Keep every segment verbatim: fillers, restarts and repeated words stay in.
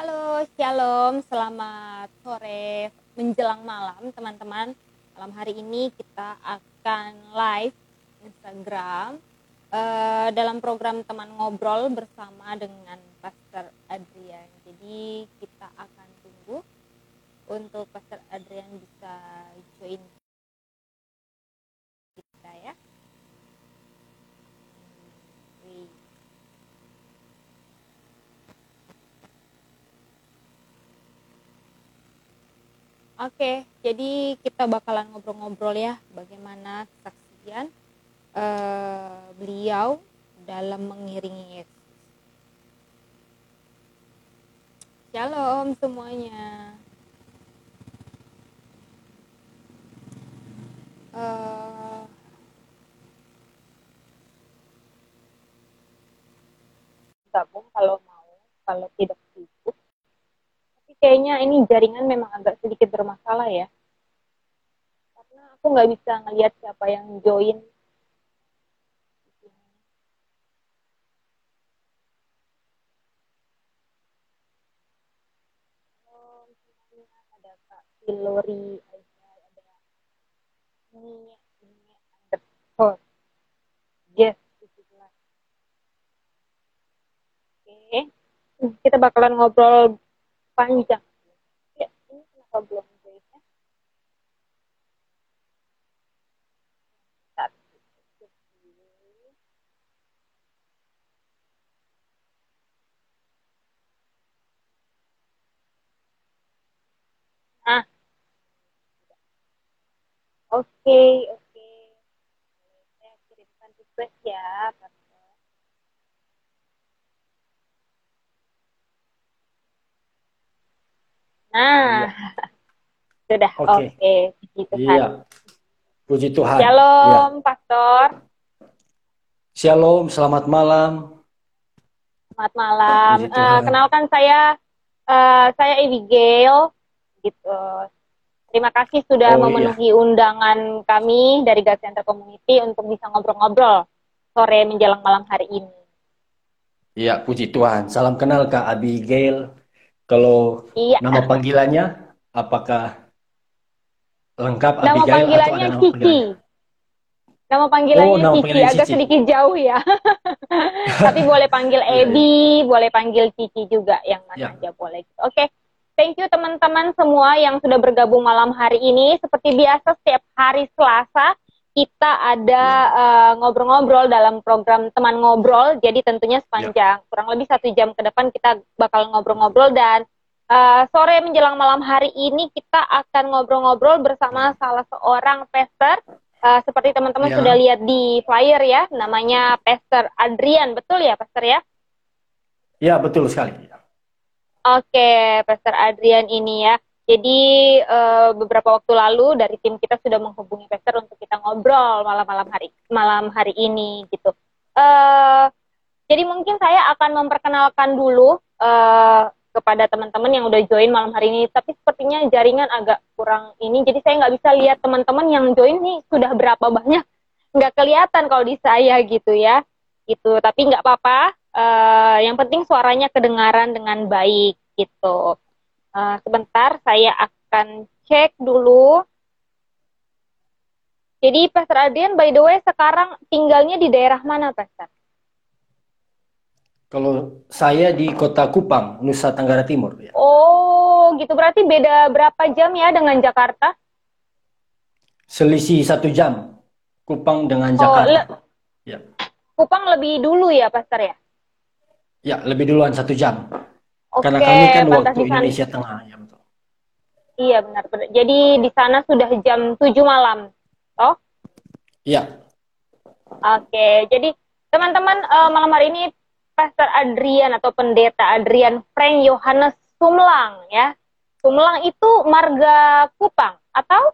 Halo, shalom, selamat sore menjelang malam teman-teman. Malam hari ini kita akan live Instagram uh, dalam program teman ngobrol bersama dengan Pastor Adrian. Jadi kita akan tunggu untuk Pastor Adrian bisa join kita ya. Oke, jadi kita bakalan ngobrol-ngobrol ya bagaimana kesaksian uh, beliau dalam mengiringi Yesus. Shalom semuanya. Uh, gabung kalau mau, kalau tidak sibuk. Tapi kayaknya ini jaringan memang agak sedikit bermasalah ya. Karena aku nggak bisa ngelihat siapa yang join. Ada Kak Hilori, ada ini, ini underscore. Yes, oke. Kita bakalan ngobrol panjang. Ya, ini kenapa belum join ya? Nah, oke, okay, oke. Okay. Saya kirimkan request ya. Nah, ya. Sudah, oke. Okay. Okay. Puji Tuhan. Iya. Puji Tuhan. Shalom, ya. Pastor. Shalom, selamat malam. Selamat malam. Uh, kenalkan saya, uh, saya Abigail. Gitu. Terima kasih sudah oh, memenuhi iya. undangan kami dari God Center Community untuk bisa ngobrol-ngobrol sore menjelang malam hari ini. Iya, puji Tuhan. Salam kenal Kak Abigail. Kalau iya. nama panggilannya, apakah lengkap nama Abigail panggilannya atau ada nama Cici. panggilannya? Nama panggilannya oh, nama Cici, panggilannya agak Cici. sedikit jauh ya. Tapi boleh panggil Ebi, iya, iya. boleh panggil Cici juga, yang mana iya. aja boleh. Oke. Okay. Thank you teman-teman semua yang sudah bergabung malam hari ini. Seperti biasa setiap hari Selasa kita ada uh, ngobrol-ngobrol dalam program teman ngobrol. Jadi tentunya sepanjang yeah. kurang lebih satu jam ke depan kita bakal ngobrol-ngobrol. Dan uh, sore menjelang malam hari ini kita akan ngobrol-ngobrol bersama salah seorang pastor. Uh, seperti teman-teman yeah. sudah lihat di flyer ya, namanya Pastor Adrian. Betul ya Pastor ya? Ya, betul sekali. Oke, Pastor Adrian ini ya. Jadi uh, beberapa waktu lalu dari tim kita sudah menghubungi Pastor untuk kita ngobrol malam-malam hari malam hari ini gitu. Uh, jadi mungkin saya akan memperkenalkan dulu uh, kepada teman-teman yang udah join malam hari ini. Tapi sepertinya jaringan agak kurang ini. Jadi saya nggak bisa lihat teman-teman yang join nih sudah berapa banyak. Nggak kelihatan kalau di saya gitu ya. Gitu. Tapi nggak apa-apa. Uh, yang penting suaranya kedengaran dengan baik gitu. Uh, sebentar saya akan cek dulu. Jadi Pastor Adrian by the way sekarang tinggalnya di daerah mana Pastor? Kalau saya di Kota Kupang, Nusa Tenggara Timur ya. Oh gitu, berarti beda berapa jam ya dengan Jakarta? Selisih satu jam Kupang dengan Jakarta. Oh, le- ya. Kupang lebih dulu ya Pastor ya? Ya, lebih duluan satu jam. Oke, karena kami kan waktu Indonesia Tengah ya betul. Iya benar benar. Jadi di sana sudah jam tujuh malam. Toh? Iya. Oke, jadi teman-teman uh, malam hari ini Pastor Adrian atau Pendeta Adrian Frank Yohanes Sumlang ya. Sumlang itu marga Kupang atau?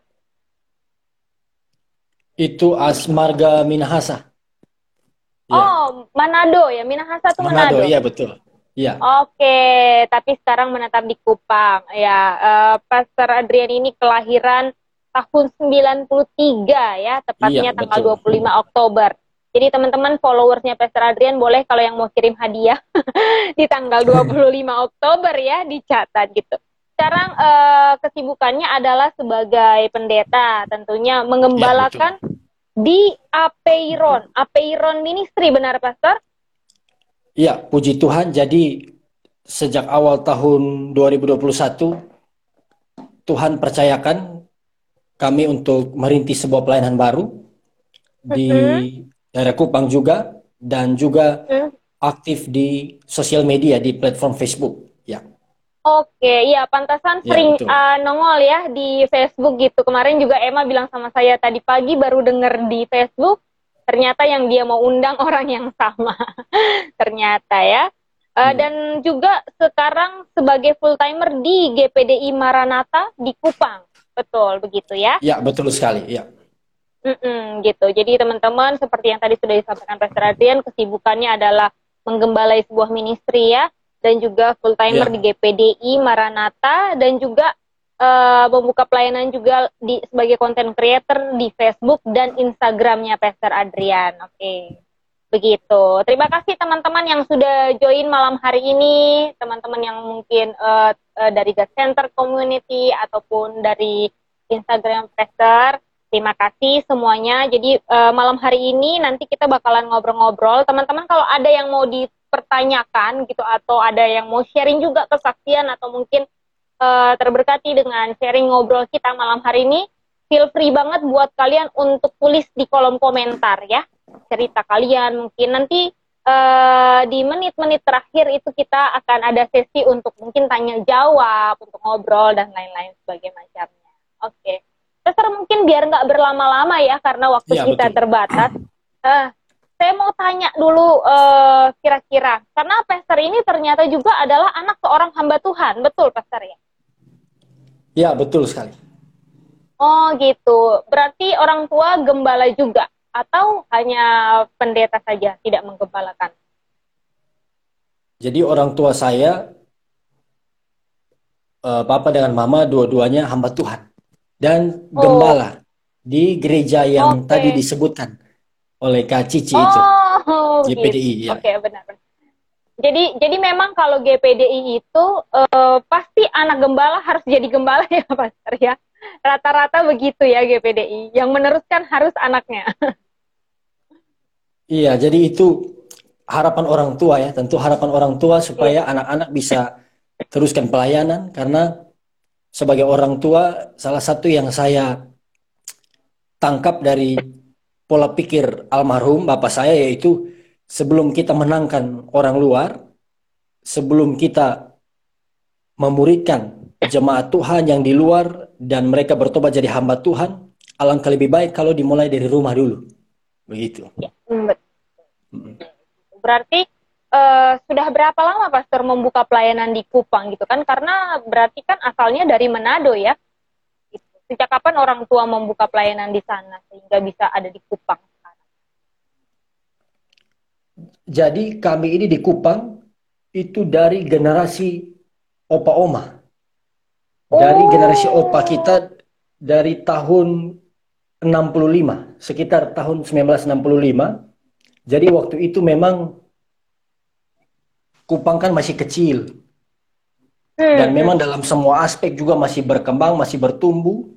Itu as marga Minahasa. Oh, ya. Manado ya. Minahasa itu Manado. Manado, iya betul. Iya. Oke, tapi sekarang menetap di Kupang. Ya, uh, Pastor Adrian ini kelahiran tahun sembilan puluh tiga ya, tepatnya iya, tanggal betul. dua puluh lima Oktober. Jadi teman-teman followersnya Pastor Adrian boleh kalau yang mau kirim hadiah di tanggal dua puluh lima Oktober ya, dicatat gitu. Sekarang uh, kesibukannya adalah sebagai pendeta, tentunya mengembalakan Ya, di Apeiron, Apeiron Ministry, benar Pastor? iya, puji Tuhan. Jadi sejak awal tahun dua ribu dua puluh satu Tuhan percayakan kami untuk merintis sebuah pelayanan baru di Mm-hmm. daerah Kupang juga, dan juga Mm-hmm. aktif di sosial media di platform Facebook. Ya, Oke, iya pantasan ya sering betul. uh, nongol ya di Facebook gitu. Kemarin juga Emma bilang sama saya tadi pagi baru denger di Facebook, ternyata yang dia mau undang orang yang sama. Ternyata ya. Uh, Ya, dan juga sekarang sebagai full timer di G P D I Maranatha di Kupang. Betul begitu ya? ya betul sekali. Ya, Mm-mm, gitu. Jadi teman-teman seperti yang tadi sudah disampaikan Pastor Adrian, kesibukannya adalah menggembalai sebuah ministry ya, dan juga full timer ya, di G P D I Maranatha, dan juga uh, membuka pelayanan juga di sebagai content creator di Facebook dan Instagramnya Pastor Adrian. Oke, begitu. Terima kasih teman-teman yang sudah join malam hari ini, teman-teman yang mungkin uh, uh, dari God Center Community ataupun dari Instagram Pastor. Terima kasih semuanya. Jadi uh, malam hari ini nanti kita bakalan ngobrol-ngobrol. Teman-teman kalau ada yang mau dipertanyakan gitu atau ada yang mau sharing juga kesaksian atau mungkin uh, terberkati dengan sharing ngobrol kita malam hari ini, feel free banget buat kalian untuk tulis di kolom komentar ya. Cerita kalian mungkin nanti uh, di menit-menit terakhir itu kita akan ada sesi untuk mungkin tanya jawab, untuk ngobrol dan lain-lain sebagai macamnya. Oke. Okay. Pastor mungkin biar nggak berlama-lama ya karena waktu ya kita betul. terbatas. Uh, saya mau tanya dulu uh, kira-kira karena Pastor ini ternyata juga adalah anak seorang hamba Tuhan, betul Pastor ya? Ya betul sekali. Oh gitu. Berarti orang tua gembala juga atau hanya pendeta saja tidak menggembalakan? Jadi orang tua saya, uh, papa dengan mama, dua-duanya hamba Tuhan dan Oh, gembala di gereja yang oke. tadi Okay. disebutkan oleh Kak Cici itu, Oh, gitu. G P D I ya. Oke, okay, benar. Jadi, jadi memang kalau G P D I itu uh, pasti anak gembala harus jadi gembala ya, Pastor ya. Rata-rata begitu ya G P D I. Yang meneruskan harus anaknya. Iya, jadi itu harapan orang tua ya. Tentu harapan orang tua Iya. supaya anak-anak bisa teruskan pelayanan, karena sebagai orang tua salah satu yang saya tangkap dari pola pikir almarhum bapak saya yaitu sebelum kita menangkan orang luar, sebelum kita memuridkan jemaat Tuhan yang di luar dan mereka bertobat jadi hamba Tuhan, alangkah lebih baik kalau dimulai dari rumah dulu. Begitu. Ya, berarti uh, sudah berapa lama Pastor membuka pelayanan di Kupang gitu kan? Karena berarti kan asalnya dari Manado ya. Sejak kapan orang tua membuka pelayanan di sana sehingga bisa ada di Kupang sekarang? Jadi kami ini di Kupang itu dari generasi opa oma. Dari Oh. generasi opa kita dari tahun enam puluh lima, sekitar tahun seribu sembilan ratus enam puluh lima. Jadi waktu itu memang Kupang kan masih kecil. Dan memang dalam semua aspek juga masih berkembang, masih bertumbuh.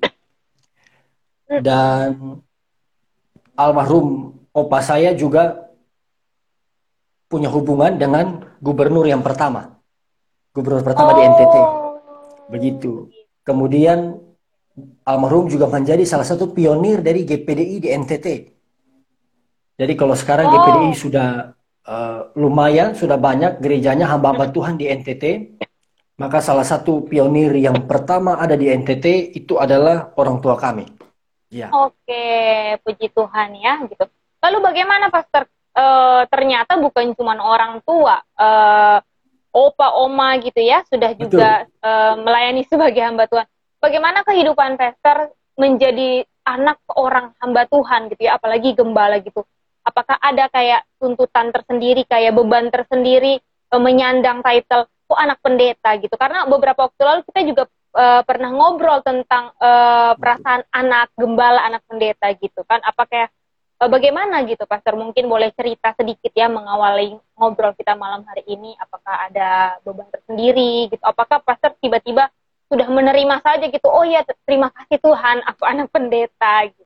Dan almarhum opa saya juga punya hubungan dengan gubernur yang pertama. Gubernur pertama di N T T. Begitu. Kemudian almarhum juga menjadi salah satu pionir dari G P D I di N T T. Jadi kalau sekarang Oh. G P D I sudah uh, lumayan, sudah banyak gerejanya hamba-hamba Tuhan di N T T. Maka salah satu pionir yang pertama ada di N T T itu adalah orang tua kami. Ya. Oke, puji Tuhan ya gitu. Lalu bagaimana Pastor? E, ternyata bukan cuma orang tua, e, opa, oma gitu ya, sudah juga e, melayani sebagai hamba Tuhan. Bagaimana kehidupan Pastor menjadi anak seorang hamba Tuhan gitu ya, apalagi gembala gitu. Apakah ada kayak tuntutan tersendiri, kayak beban tersendiri e, menyandang title oh, anak pendeta gitu? Karena beberapa waktu lalu kita juga Uh, pernah ngobrol tentang uh, perasaan anak gembala, anak pendeta gitu kan. Apakah Eh, bagaimana gitu, Pastor? Mungkin boleh cerita sedikit ya mengawali ngobrol kita malam hari ini. Apakah ada beban tersendiri gitu? Apakah Pastor tiba-tiba sudah menerima saja gitu? Oh ya, terima kasih Tuhan, aku anak pendeta gitu.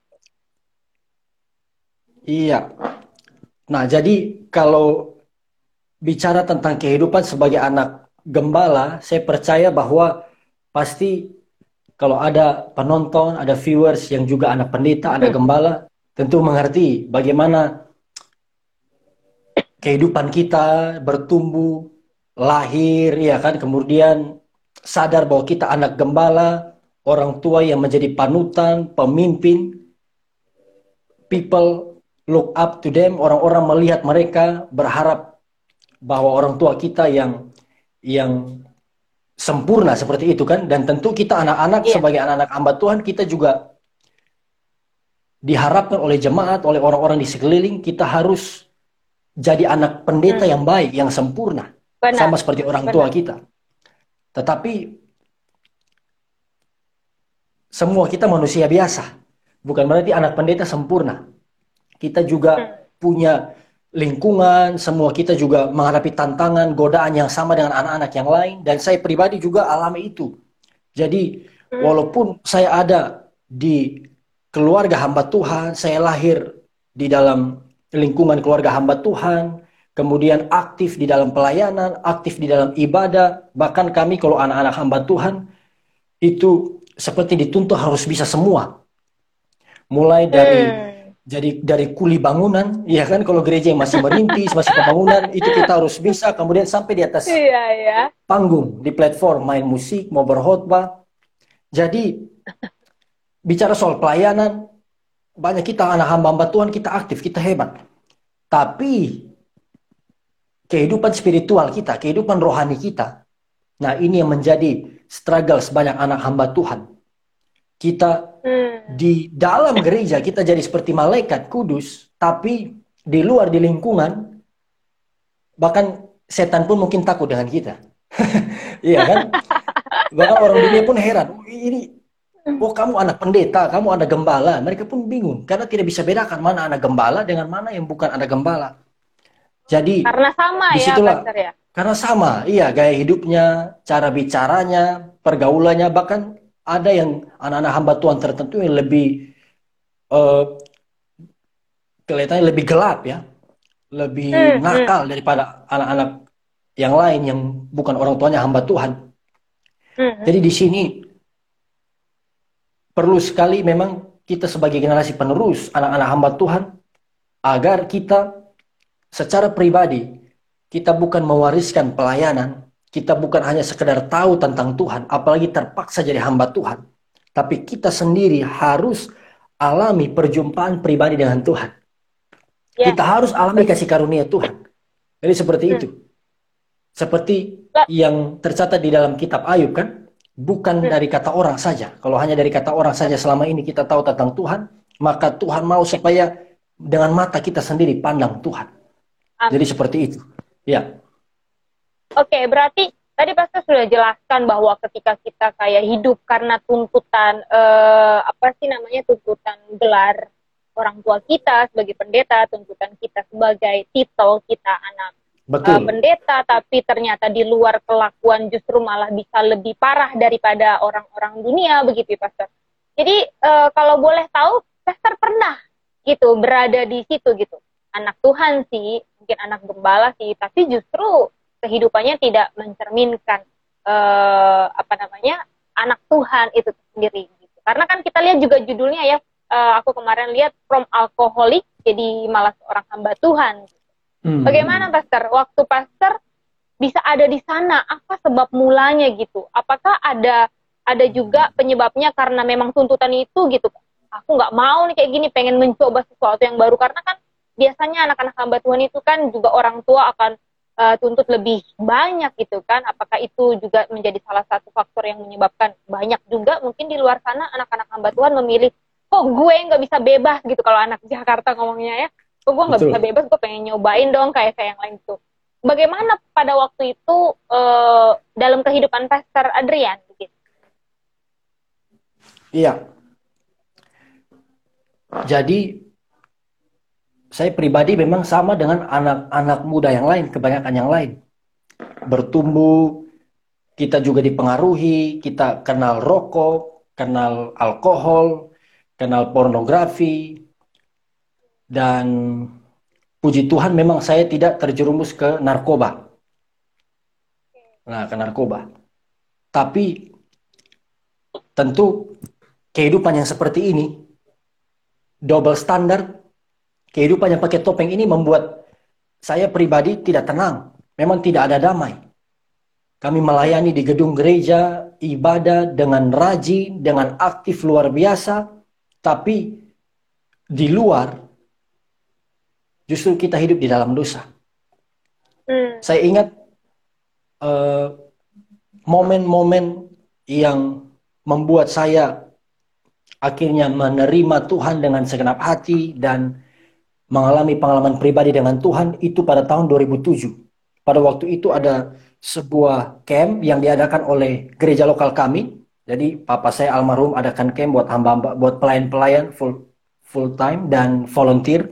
Iya. Nah, jadi kalau bicara tentang kehidupan sebagai anak gembala, saya percaya bahwa pasti kalau ada penonton, ada viewers yang juga anak pendeta, anak gembala, tentu mengerti bagaimana kehidupan kita bertumbuh, lahir, ya kan, kemudian sadar bahwa kita anak gembala, orang tua yang menjadi panutan, pemimpin, people look up to them, orang-orang melihat mereka, berharap bahwa orang tua kita yang yang sempurna seperti itu kan, dan tentu kita anak-anak Iya. sebagai anak-anak hamba Tuhan, kita juga diharapkan oleh jemaat, oleh orang-orang di sekeliling, kita harus jadi anak pendeta Hmm. yang baik, yang sempurna, Benar. sama seperti orang Benar. tua kita. Tetapi semua kita manusia biasa, bukan berarti anak pendeta sempurna. Kita Hmm. juga punya lingkungan, semua kita juga menghadapi tantangan, godaan yang sama dengan anak-anak yang lain, dan saya pribadi juga alami itu. Jadi Hmm. walaupun saya ada di keluarga hamba Tuhan, saya lahir di dalam lingkungan keluarga hamba Tuhan, kemudian aktif di dalam pelayanan, aktif di dalam ibadah, bahkan kami kalau anak-anak hamba Tuhan itu seperti dituntut harus bisa semua. Mulai dari Hmm. jadi dari kuli bangunan, ya kan, kalau gereja yang masih merintis, masih pembangunan, itu kita harus bisa, kemudian sampai di atas Iya, ya. panggung, di platform, main musik, mau berkhotbah. Jadi bicara soal pelayanan, banyak kita anak hamba-hamba Tuhan, kita aktif, kita hebat. Tapi kehidupan spiritual kita, kehidupan rohani kita, nah ini yang menjadi struggle sebanyak anak hamba Tuhan. Kita Hmm. di dalam gereja, kita jadi seperti malaikat kudus, tapi di luar, di lingkungan, bahkan setan pun mungkin takut dengan kita. Iya kan? Bahkan orang dunia pun heran, "Oh, ini, oh kamu anak pendeta, kamu anak gembala." Mereka pun bingung, karena tidak bisa bedakan mana anak gembala dengan mana yang bukan anak gembala. Jadi, Karena sama ya, disitulah, Pastor ya. karena sama, iya, gaya hidupnya, cara bicaranya, pergaulannya, bahkan ada yang anak-anak hamba Tuhan tertentu yang lebih, eh, kelihatannya lebih gelap ya, lebih Hmm. Hmm. nakal daripada anak-anak yang lain yang bukan orang tuanya hamba Tuhan. Hmm. Jadi di sini perlu sekali memang kita sebagai generasi penerus, anak-anak hamba Tuhan, agar kita secara pribadi, kita bukan mewariskan pelayanan, kita bukan hanya sekedar tahu tentang Tuhan, apalagi terpaksa jadi hamba Tuhan, tapi kita sendiri harus alami perjumpaan pribadi dengan Tuhan. Ya. Kita harus alami kasih karunia Tuhan. Jadi seperti Hmm. itu. Seperti Lah. yang tercatat di dalam kitab Ayub kan, bukan Hmm. dari kata orang saja. Kalau hanya dari kata orang saja selama ini kita tahu tentang Tuhan, maka Tuhan mau supaya dengan mata kita sendiri pandang Tuhan. Jadi Amin. seperti itu. Ya. Oke, berarti tadi Pastor sudah jelaskan bahwa ketika kita kayak hidup karena tuntutan, eh, apa sih namanya, tuntutan gelar orang tua kita sebagai pendeta, tuntutan kita sebagai titel kita anak eh, Betul. pendeta, tapi ternyata di luar kelakuan justru malah bisa lebih parah daripada orang-orang dunia, begitu ya Pastor. Jadi eh, kalau boleh tahu, Pastor pernah gitu berada di situ gitu, anak Tuhan sih, mungkin anak gembala sih, tapi justru kehidupannya tidak mencerminkan eh, apa namanya, anak Tuhan itu sendiri gitu. Karena kan kita lihat juga judulnya ya, eh, aku kemarin lihat from alkoholik jadi malah seorang hamba Tuhan. Hmm. Bagaimana Pastor? Waktu Pastor bisa ada di sana, apa sebab mulanya gitu? Apakah ada ada juga penyebabnya karena memang tuntutan itu gitu? Aku nggak mau nih kayak gini, pengen mencoba sesuatu yang baru, karena kan biasanya anak-anak hamba Tuhan itu kan juga orang tua akan uh, tuntut lebih banyak gitu kan. Apakah itu juga menjadi salah satu faktor yang menyebabkan banyak juga mungkin di luar sana anak-anak hamba Tuhan memilih, kok gue nggak bisa bebas gitu, kalau anak Jakarta ngomongnya ya, kok gue nggak bisa bebas, gue pengen nyobain dong kayak kayak yang lain tuh. Bagaimana pada waktu itu uh, dalam kehidupan Pastor Adrian gitu? Iya. Jadi saya pribadi memang sama dengan anak-anak muda yang lain, kebanyakan yang lain. Bertumbuh, kita juga dipengaruhi, kita kenal rokok, kenal alkohol, kenal pornografi, dan puji Tuhan memang saya tidak terjerumus ke narkoba. Nah, ke narkoba. Tapi tentu kehidupan yang seperti ini, double standar, kehidupan yang pakai topeng ini membuat saya pribadi tidak tenang. Memang tidak ada damai. Kami melayani di gedung gereja, ibadah dengan rajin, dengan aktif luar biasa. Tapi di luar, justru kita hidup di dalam dosa. Hmm. Saya ingat momen-momen uh, yang membuat saya akhirnya menerima Tuhan dengan segenap hati dan mengalami pengalaman pribadi dengan Tuhan itu pada tahun dua ribu tujuh. Pada waktu itu ada sebuah camp yang diadakan oleh gereja lokal kami. Jadi papa saya almarhum adakan camp buat hamba-hamba, buat pelayan-pelayan full full time dan volunteer.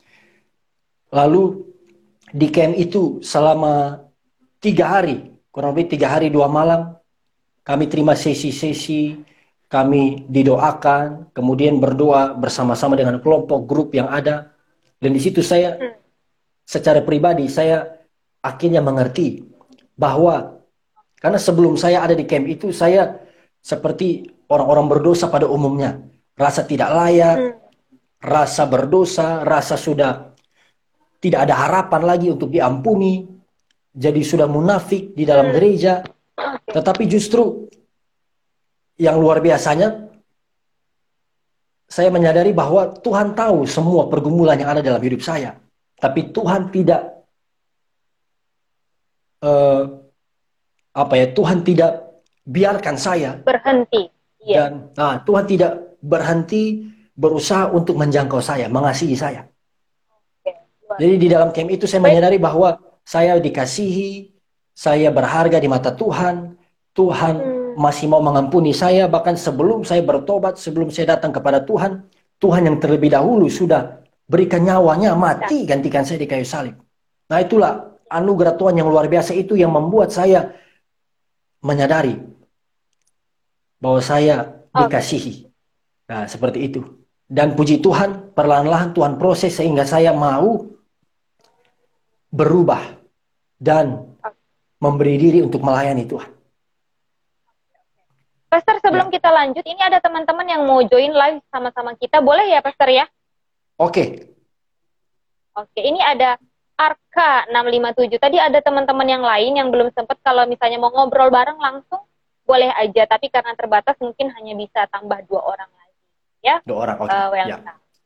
Lalu di camp itu selama tiga hari, kurang lebih tiga hari dua malam, kami terima sesi-sesi, kami didoakan, kemudian berdoa bersama-sama dengan kelompok grup yang ada. Dan di situ saya, secara pribadi, saya akhirnya mengerti bahwa karena sebelum saya ada di camp itu, saya seperti orang-orang berdosa pada umumnya. Rasa tidak layak, hmm. rasa berdosa, rasa sudah tidak ada harapan lagi untuk diampuni. Jadi sudah munafik di dalam hmm. gereja. Tetapi justru yang luar biasanya, saya menyadari bahwa Tuhan tahu semua pergumulan yang ada dalam hidup saya. Tapi Tuhan tidak Uh, apa ya Tuhan tidak biarkan saya berhenti yeah. dan nah, Tuhan tidak berhenti berusaha untuk menjangkau saya, mengasihi saya. Okay. Jadi di dalam camp itu saya Baik. menyadari bahwa saya dikasihi, saya berharga di mata Tuhan. Tuhan hmm. masih mau mengampuni saya, bahkan sebelum saya bertobat, sebelum saya datang kepada Tuhan, Tuhan yang terlebih dahulu sudah berikan nyawanya mati gantikan saya di kayu salib. Nah itulah anugerah Tuhan yang luar biasa itu yang membuat saya menyadari bahwa saya dikasihi. Nah, seperti itu. Dan puji Tuhan, perlahan-lahan Tuhan proses sehingga saya mau berubah dan memberi diri untuk melayani Tuhan. Pastor, sebelum ya. kita lanjut, ini ada teman-teman yang mau join live sama-sama kita. Boleh ya, Pastor ya? Oke. Oke, ini ada Arka enam lima tujuh. Tadi ada teman-teman yang lain yang belum sempat, kalau misalnya mau ngobrol bareng langsung boleh aja, tapi karena terbatas mungkin hanya bisa tambah dua orang lagi ya. Dua orang, oke. Okay. Uh, well, ya.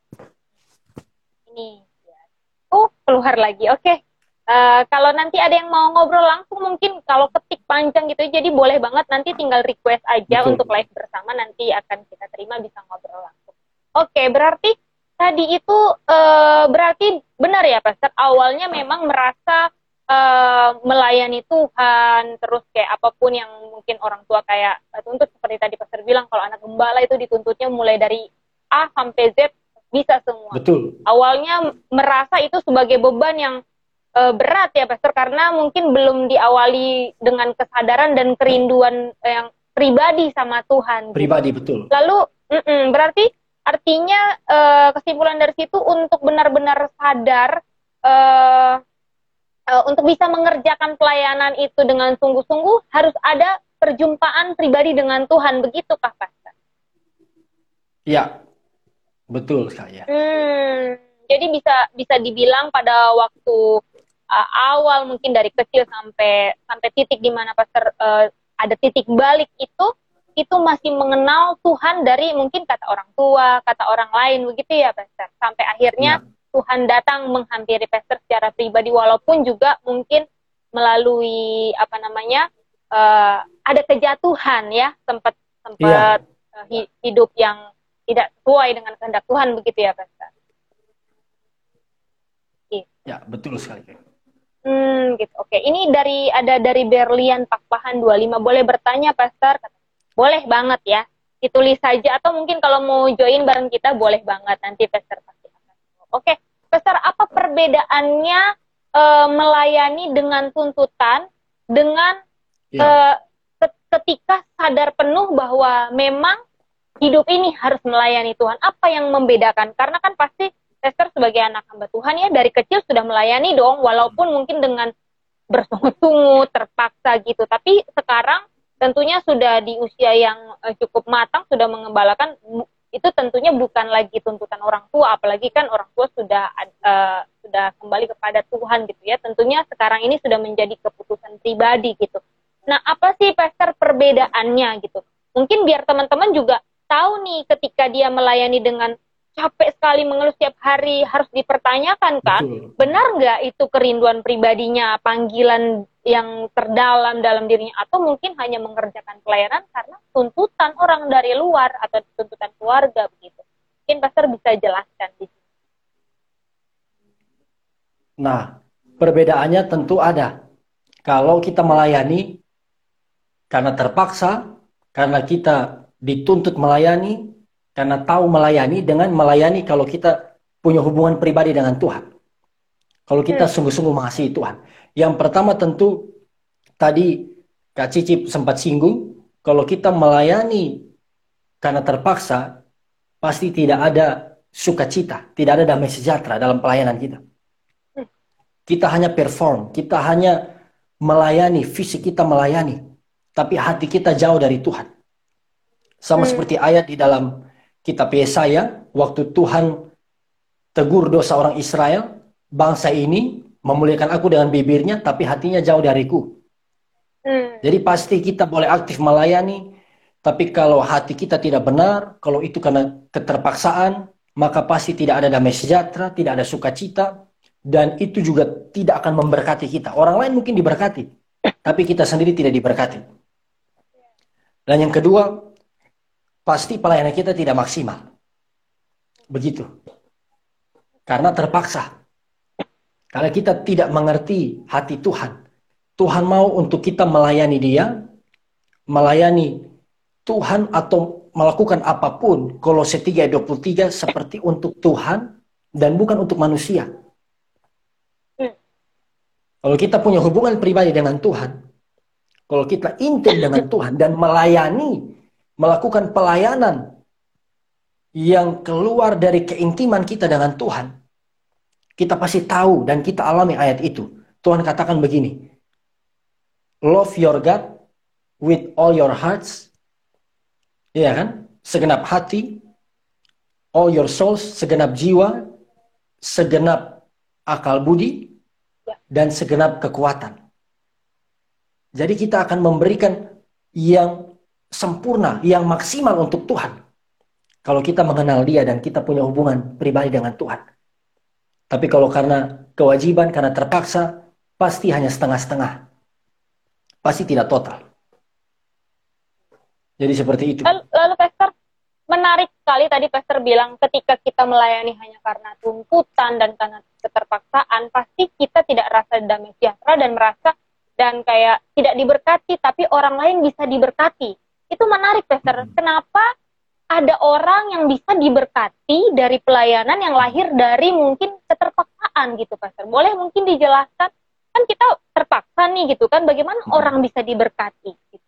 Ini ya. Oh, keluar lagi. Oke. Okay. Uh, kalau nanti ada yang mau ngobrol langsung, mungkin kalau ketik panjang gitu, jadi boleh banget nanti tinggal request aja. Betul. Untuk live bersama, nanti akan kita terima, bisa ngobrol langsung. Oke, okay, berarti tadi itu uh, berarti benar ya Pastor, awalnya memang merasa uh, melayani Tuhan, terus kayak apapun yang mungkin orang tua kayak tuntut, seperti tadi Pastor bilang, kalau anak gembala itu dituntutnya mulai dari A sampai Z bisa semua. Betul. Awalnya merasa itu sebagai beban yang uh, berat ya Pastor, karena mungkin belum diawali dengan kesadaran dan kerinduan yang pribadi sama Tuhan. Pribadi, gitu. Betul. Lalu mm-mm, berarti artinya uh, kesimpulan dari situ untuk benar-benar sadar uh, uh, untuk bisa mengerjakan pelayanan itu dengan sungguh-sungguh harus ada perjumpaan pribadi dengan Tuhan, begitukah Pastor? Iya, betul sekali ya. Hmm, jadi bisa bisa dibilang pada waktu uh, awal mungkin dari kecil sampai sampai titik di mana Pastor uh, ada titik balik itu. Itu masih mengenal Tuhan dari mungkin kata orang tua, kata orang lain, begitu ya Pastor. Sampai akhirnya ya. Tuhan datang menghampiri Pastor secara pribadi, walaupun juga mungkin melalui apa namanya uh, ada kejatuhan ya, sempat sempat ya. uh, hidup yang tidak sesuai dengan kehendak Tuhan, begitu ya Pastor. Gitu. Ya, betul sekali. Hmm, gitu. Oke, ini dari ada dari Berlian Pakpahan dua puluh lima, boleh bertanya Pastor? Boleh banget ya, ditulis saja, atau mungkin kalau mau join bareng kita boleh banget, nanti Pastor pasti akan. Oke, Pastor, apa perbedaannya uh, melayani dengan tuntutan dengan yeah. uh, ketika sadar penuh bahwa memang hidup ini harus melayani Tuhan? Apa yang membedakan? Karena kan pasti Pastor sebagai anak hamba Tuhan ya dari kecil sudah melayani dong, walaupun mungkin dengan bersungut-sungut, terpaksa gitu. Tapi sekarang tentunya sudah di usia yang uh, cukup matang, sudah mengembalakan, itu tentunya bukan lagi tuntutan orang tua, apalagi kan orang tua sudah uh, sudah kembali kepada Tuhan gitu ya. Tentunya sekarang ini sudah menjadi keputusan pribadi gitu. Nah, apa sih Pastor perbedaannya gitu? Mungkin biar teman-teman juga tahu nih ketika dia melayani dengan capek sekali mengeluh setiap hari, harus dipertanyakan kan, betul, benar nggak itu kerinduan pribadinya, panggilan yang terdalam dalam dirinya, atau mungkin hanya mengerjakan pelayanan karena tuntutan orang dari luar atau tuntutan keluarga begitu. Mungkin Pastor bisa jelaskan di sini. Nah, perbedaannya tentu ada. Kalau kita melayani karena terpaksa, karena kita dituntut melayani, karena tahu melayani, dengan melayani kalau kita punya hubungan pribadi dengan Tuhan. Kalau kita sungguh-sungguh mengasihi Tuhan. Yang pertama tentu, tadi Kak Cicip sempat singgung, kalau kita melayani karena terpaksa, pasti tidak ada sukacita, tidak ada damai sejahtera dalam pelayanan kita. Kita hanya perform, kita hanya melayani, fisik kita melayani, tapi hati kita jauh dari Tuhan. Sama hmm. seperti ayat di dalam kitab Yesaya, waktu Tuhan tegur dosa orang Israel, bangsa ini memuliakan aku dengan bibirnya, tapi hatinya jauh dariku. Hmm. Jadi pasti kita boleh aktif melayani, tapi kalau hati kita tidak benar, kalau itu karena keterpaksaan, maka pasti tidak ada damai sejahtera, tidak ada sukacita, dan itu juga tidak akan memberkati kita. Orang lain mungkin diberkati, tapi kita sendiri tidak diberkati. Dan yang kedua, pasti pelayanan kita tidak maksimal. Begitu. Karena terpaksa. Karena kita tidak mengerti hati Tuhan. Tuhan mau untuk kita melayani Dia, melayani Tuhan atau melakukan apapun, Kolose tiga ayat dua puluh tiga, seperti untuk Tuhan dan bukan untuk manusia. Kalau kita punya hubungan pribadi dengan Tuhan, kalau kita intim dengan Tuhan dan melayani, melakukan pelayanan yang keluar dari keintiman kita dengan Tuhan, kita pasti tahu dan kita alami ayat itu. Tuhan katakan begini, love your God with all your hearts, ya kan? Segenap hati, all your souls, segenap jiwa, segenap akal budi, dan segenap kekuatan. Jadi kita akan memberikan yang sempurna, yang maksimal untuk Tuhan. Kalau kita mengenal Dia dan kita punya hubungan pribadi dengan Tuhan. Tapi kalau karena kewajiban, karena terpaksa, pasti hanya setengah-setengah. Pasti tidak total. Jadi seperti itu. Lalu, lalu Pastor, menarik sekali tadi Pastor bilang ketika kita melayani hanya karena tuntutan dan karena keterpaksaan, pasti kita tidak rasa damai sejahtera dan merasa dan kayak tidak diberkati, tapi orang lain bisa diberkati. Itu menarik, Pastor. Kenapa ada orang yang bisa diberkati dari pelayanan yang lahir dari mungkin keterpaksaan gitu, Pastor? Boleh mungkin dijelaskan? Kan kita terpaksa nih gitu kan, bagaimana hmm. orang bisa diberkati? Gitu.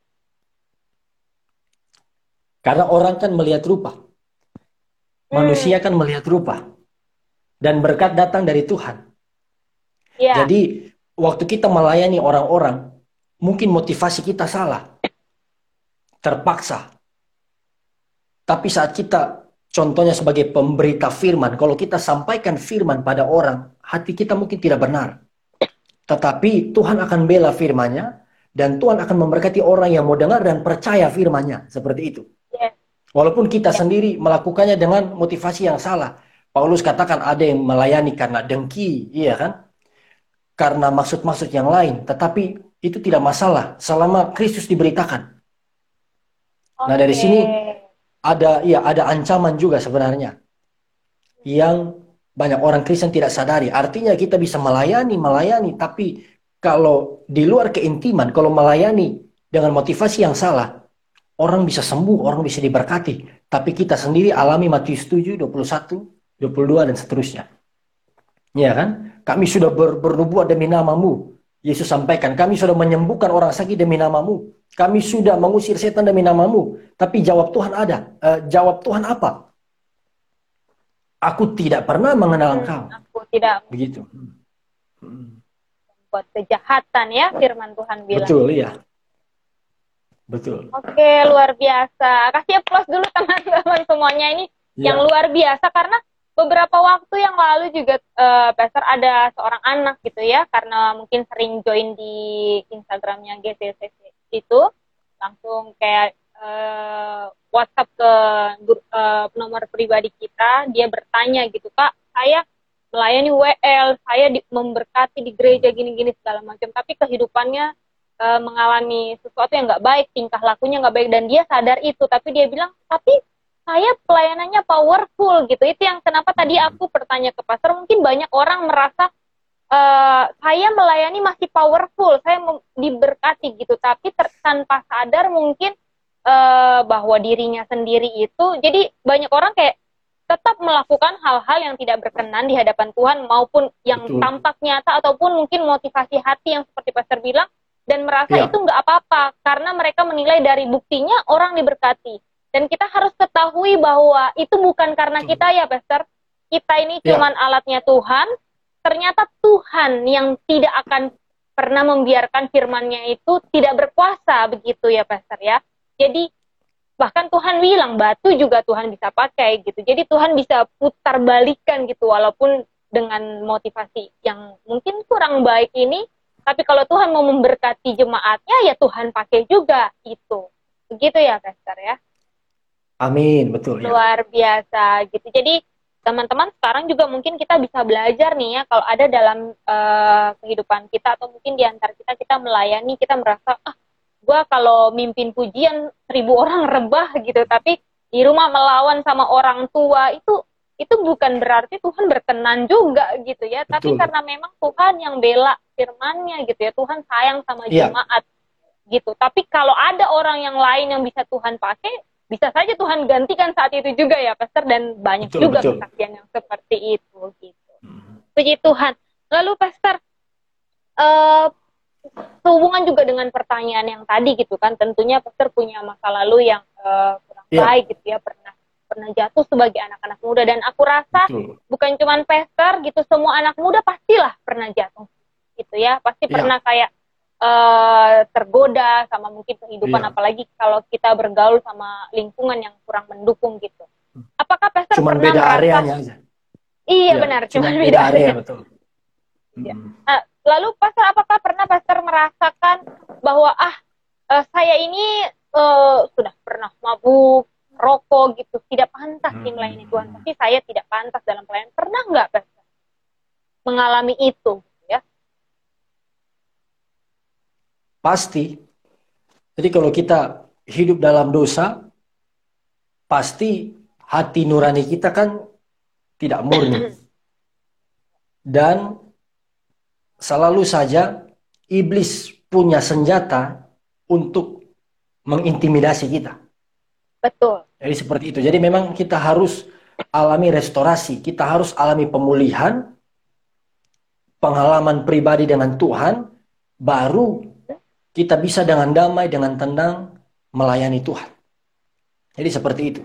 Karena orang kan melihat rupa. Manusia hmm. kan melihat rupa. Dan berkat datang dari Tuhan. Yeah. Jadi, waktu kita melayani orang-orang, mungkin motivasi kita salah. Terpaksa. Tapi saat kita, contohnya sebagai pemberita firman, kalau kita sampaikan firman pada orang, hati kita mungkin tidak benar. Tetapi Tuhan akan bela firman-Nya, dan Tuhan akan memberkati orang yang mau dengar dan percaya firman-Nya. Seperti itu. Yeah. Walaupun kita yeah. sendiri melakukannya dengan motivasi yang salah. Paulus katakan ada yang melayani karena dengki, iya kan? Karena maksud-maksud yang lain. Tetapi itu tidak masalah selama Kristus diberitakan. Okay. Nah dari sini ada ya ada ancaman juga sebenarnya yang banyak orang Kristen tidak sadari. Artinya kita bisa melayani, melayani, tapi kalau di luar keintiman, kalau melayani dengan motivasi yang salah, orang bisa sembuh, orang bisa diberkati. Tapi kita sendiri alami Matius tujuh, dua puluh satu, dua puluh dua dan seterusnya. Ya kan? Kami sudah ber, bernubuat demi namamu. Yesus sampaikan, kami sudah menyembuhkan orang sakit demi namamu. Kami sudah mengusir setan demi namamu. Tapi jawab Tuhan ada. Eh, jawab Tuhan apa? Aku tidak pernah mengenal Hmm, engkau. aku tidak Begitu. Hmm. membuat kejahatan ya, firman Tuhan bilang. Betul, iya. Betul. Oke, luar biasa. Kasih applause dulu teman-teman semuanya ini Ya. yang luar biasa karena beberapa waktu yang lalu juga uh, Pastor ada seorang anak gitu ya, karena mungkin sering join di Instagramnya G C C C itu, langsung kayak uh, WhatsApp ke uh, nomor pribadi kita, dia bertanya gitu, Kak, saya melayani W L, saya di, memberkati di gereja gini-gini segala macam, tapi kehidupannya uh, mengalami sesuatu yang nggak baik, tingkah lakunya nggak baik, dan dia sadar itu, tapi dia bilang, tapi saya pelayanannya powerful gitu. Itu yang kenapa tadi aku bertanya ke pastor, mungkin banyak orang merasa uh, saya melayani masih powerful, saya diberkati gitu, tapi ter- tanpa sadar mungkin uh, bahwa dirinya sendiri itu, jadi banyak orang kayak tetap melakukan hal-hal yang tidak berkenan di hadapan Tuhan, maupun yang Betul. tampak nyata, ataupun mungkin motivasi hati yang seperti pastor bilang, dan merasa Ya. itu nggak apa-apa, karena mereka menilai dari buktinya orang diberkati. Dan kita harus ketahui bahwa itu bukan karena kita ya, Pastor. Kita ini Ya. cuman alatnya Tuhan. Ternyata Tuhan yang tidak akan pernah membiarkan firman-Nya itu tidak berkuasa, begitu ya, Pastor ya. Jadi bahkan Tuhan bilang batu juga Tuhan bisa pakai gitu. Jadi Tuhan bisa putar balikan gitu, walaupun dengan motivasi yang mungkin kurang baik ini. Tapi kalau Tuhan mau memberkati jemaatnya, ya Tuhan pakai juga itu. Begitu ya, Pastor ya. Amin, betul ya. Luar biasa gitu. Jadi teman-teman sekarang juga mungkin kita bisa belajar nih ya, kalau ada dalam uh, kehidupan kita, atau mungkin di antara kita, kita melayani, kita merasa, ah, gue kalau mimpin pujian seribu orang rebah gitu, tapi di rumah melawan sama orang tua, itu itu bukan berarti Tuhan berkenan juga gitu ya. Betul. Tapi karena memang Tuhan yang bela firman-Nya gitu ya, Tuhan sayang sama ya. jemaat gitu. Tapi kalau ada orang yang lain yang bisa Tuhan pakai, bisa saja Tuhan gantikan saat itu juga ya, Pastor, dan banyak betul, juga betul. Kesaksian yang seperti itu gitu. Hmm. Puji Tuhan. Lalu Pastor, uh, sehubungan juga dengan pertanyaan yang tadi gitu kan, tentunya Pastor punya masa lalu yang uh, kurang yeah. baik gitu ya, pernah pernah jatuh sebagai anak-anak muda, dan aku rasa betul. Bukan cuma Pastor gitu, semua anak muda pastilah pernah jatuh gitu ya, pasti yeah. pernah kayak Uh, tergoda sama mungkin kehidupan, iya. Apalagi kalau kita bergaul sama lingkungan yang kurang mendukung gitu. Apakah Pastor cuman pernah beda merasa? Areanya aja. Iya ya, benar, cuma beda, beda area, area. Betul. Ya. Hmm. Nah, lalu Pastor, apakah pernah Pastor merasakan bahwa ah uh, saya ini uh, sudah pernah mabuk, rokok gitu, tidak pantas hmm. melayani Tuhan, tapi saya tidak pantas dalam pelayanan. Pernah nggak Pastor mengalami itu? Pasti. Jadi kalau kita hidup dalam dosa, pasti hati nurani kita kan tidak murni. Dan selalu saja iblis punya senjata untuk mengintimidasi kita. Betul. Jadi seperti itu. Jadi memang kita harus alami restorasi. Kita harus alami pemulihan, pengalaman pribadi dengan Tuhan, baru kita bisa dengan damai, dengan tenang melayani Tuhan. Jadi seperti itu.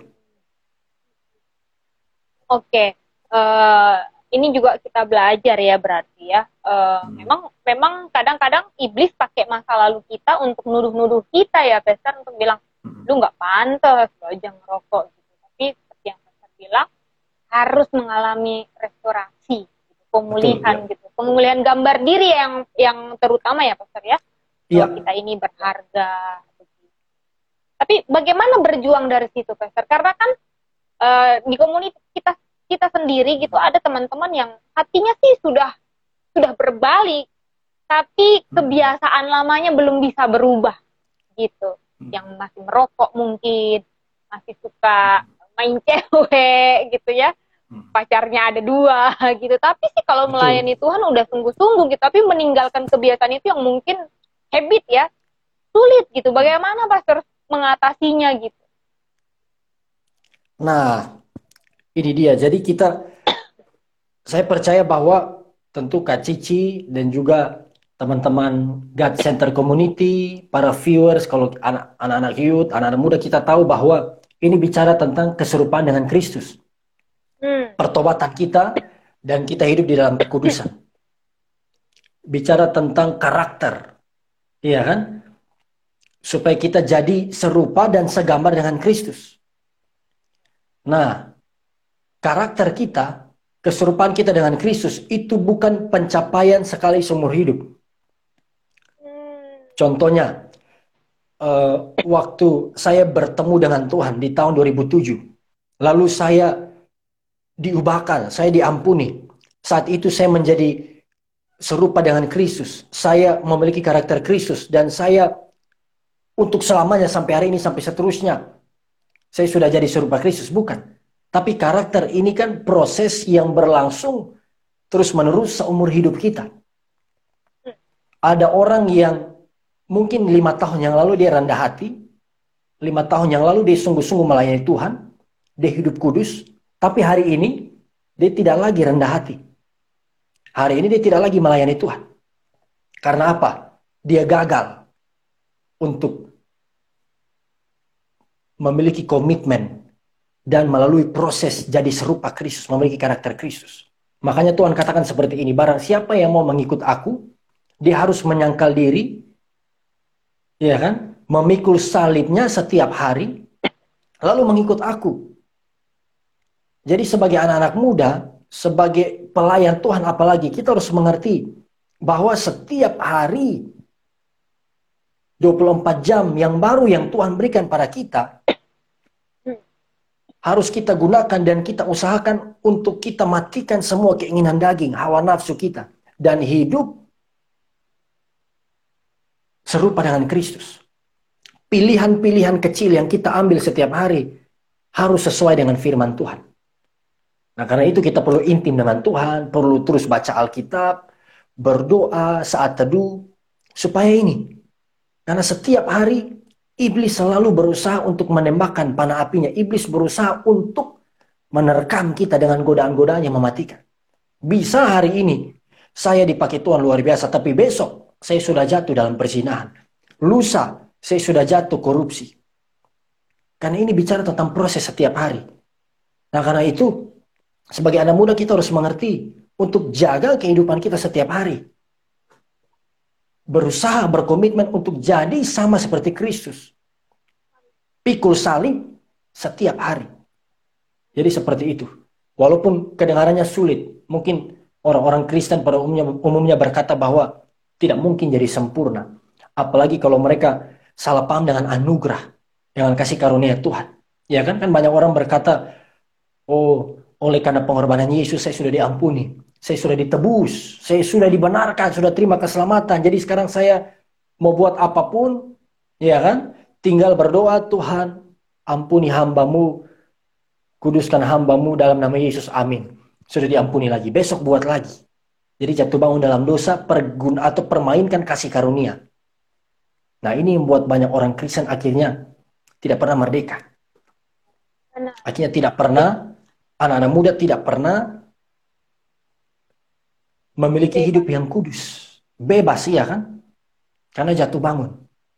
Oke, uh, ini juga kita belajar ya berarti ya. Uh, hmm. Memang, memang kadang-kadang iblis pakai masa lalu kita untuk nuduh-nuduh kita ya, Pastor, untuk bilang hmm. lu nggak pantas, lu aja ngerokok gitu. Tapi seperti yang Pastor bilang, harus mengalami restorasi, gitu, pemulihan. Betul, ya. Gitu, pemulihan gambar diri yang yang terutama ya, Pastor ya. Ya. Kita ini berharga. Tapi bagaimana berjuang dari situ, Pastor? Karena kan uh, di komunitas kita kita sendiri gitu ada teman-teman yang hatinya sih sudah sudah berbalik, tapi kebiasaan lamanya belum bisa berubah gitu. Yang masih merokok mungkin, masih suka main cewek gitu ya. Pacarnya ada dua gitu. Tapi sih kalau melayani Tuhan udah sungguh-sungguh gitu, tapi meninggalkan kebiasaan itu yang mungkin habit ya, sulit gitu. Bagaimana Pastor mengatasinya gitu? Nah, ini dia. Jadi kita, saya percaya bahwa tentu Kak Cici dan juga teman-teman God Center Community, para viewers, kalau anak- anak-anak youth, anak-anak muda, kita tahu bahwa ini bicara tentang keserupaan dengan Kristus. Hmm. Pertobatan kita dan kita hidup di dalam kekudusan. Bicara tentang karakter, iya kan? Supaya kita jadi serupa dan segambar dengan Kristus. Nah, karakter kita, keserupaan kita dengan Kristus itu bukan pencapaian sekali seumur hidup. Contohnya, uh, waktu saya bertemu dengan Tuhan di tahun dua ribu tujuh, lalu saya diubahkan, saya diampuni. Saat itu saya menjadi serupa dengan Kristus. Saya memiliki karakter Kristus dan saya untuk selamanya sampai hari ini sampai seterusnya saya sudah jadi serupa Kristus, bukan. Tapi karakter ini kan proses yang berlangsung terus-menerus seumur hidup kita. Ada orang yang mungkin lima tahun yang lalu dia rendah hati, lima tahun yang lalu dia sungguh-sungguh melayani Tuhan, dia hidup kudus, tapi hari ini dia tidak lagi rendah hati. Hari ini dia tidak lagi melayani Tuhan. Karena apa? Dia gagal untuk memiliki komitmen dan melalui proses jadi serupa Kristus, memiliki karakter Kristus. Makanya Tuhan katakan seperti ini, barang siapa yang mau mengikut aku, dia harus menyangkal diri, ya kan? Memikul salibnya setiap hari, lalu mengikut aku. Jadi sebagai anak-anak muda, sebagai pelayan Tuhan apalagi, kita harus mengerti bahwa setiap hari dua puluh empat jam yang baru yang Tuhan berikan pada kita, harus kita gunakan dan kita usahakan untuk kita matikan semua keinginan daging, hawa nafsu kita. Dan hidup serupa dengan Kristus. Pilihan-pilihan kecil yang kita ambil setiap hari harus sesuai dengan firman Tuhan. Nah, karena itu kita perlu intim dengan Tuhan, perlu terus baca Alkitab, berdoa saat teduh, supaya ini. Karena setiap hari iblis selalu berusaha untuk menembakkan panah apinya. Iblis berusaha untuk menerkam kita dengan godaan-godaan yang mematikan. Bisa hari ini saya dipakai Tuhan luar biasa, tapi besok saya sudah jatuh dalam perzinahan. Lusa saya sudah jatuh korupsi. Karena ini bicara tentang proses setiap hari. Nah, karena itu sebagai anak muda kita harus mengerti untuk jaga kehidupan kita setiap hari. Berusaha berkomitmen untuk jadi sama seperti Kristus. Pikul salib setiap hari. Jadi seperti itu. Walaupun kedengarannya sulit. Mungkin orang-orang Kristen pada umumnya, umumnya berkata bahwa tidak mungkin jadi sempurna. Apalagi kalau mereka salah paham dengan anugerah. Dengan kasih karunia Tuhan. Ya kan, kan banyak orang berkata, oh, oleh karena pengorbanan Yesus saya sudah diampuni. Saya sudah ditebus, saya sudah dibenarkan, sudah terima keselamatan. Jadi sekarang saya mau buat apapun, ya kan? Tinggal berdoa, Tuhan, ampuni hambamu, kuduskan hambamu dalam nama Yesus, amin. Sudah diampuni lagi, besok buat lagi. Jadi jatuh bangun dalam dosa, pergun atau permainkan kasih karunia. Nah, ini yang membuat banyak orang Kristen akhirnya tidak pernah merdeka. Akhirnya tidak pernah, anak-anak muda tidak pernah memiliki hidup yang kudus. Bebas, ya kan? Karena jatuh bangun.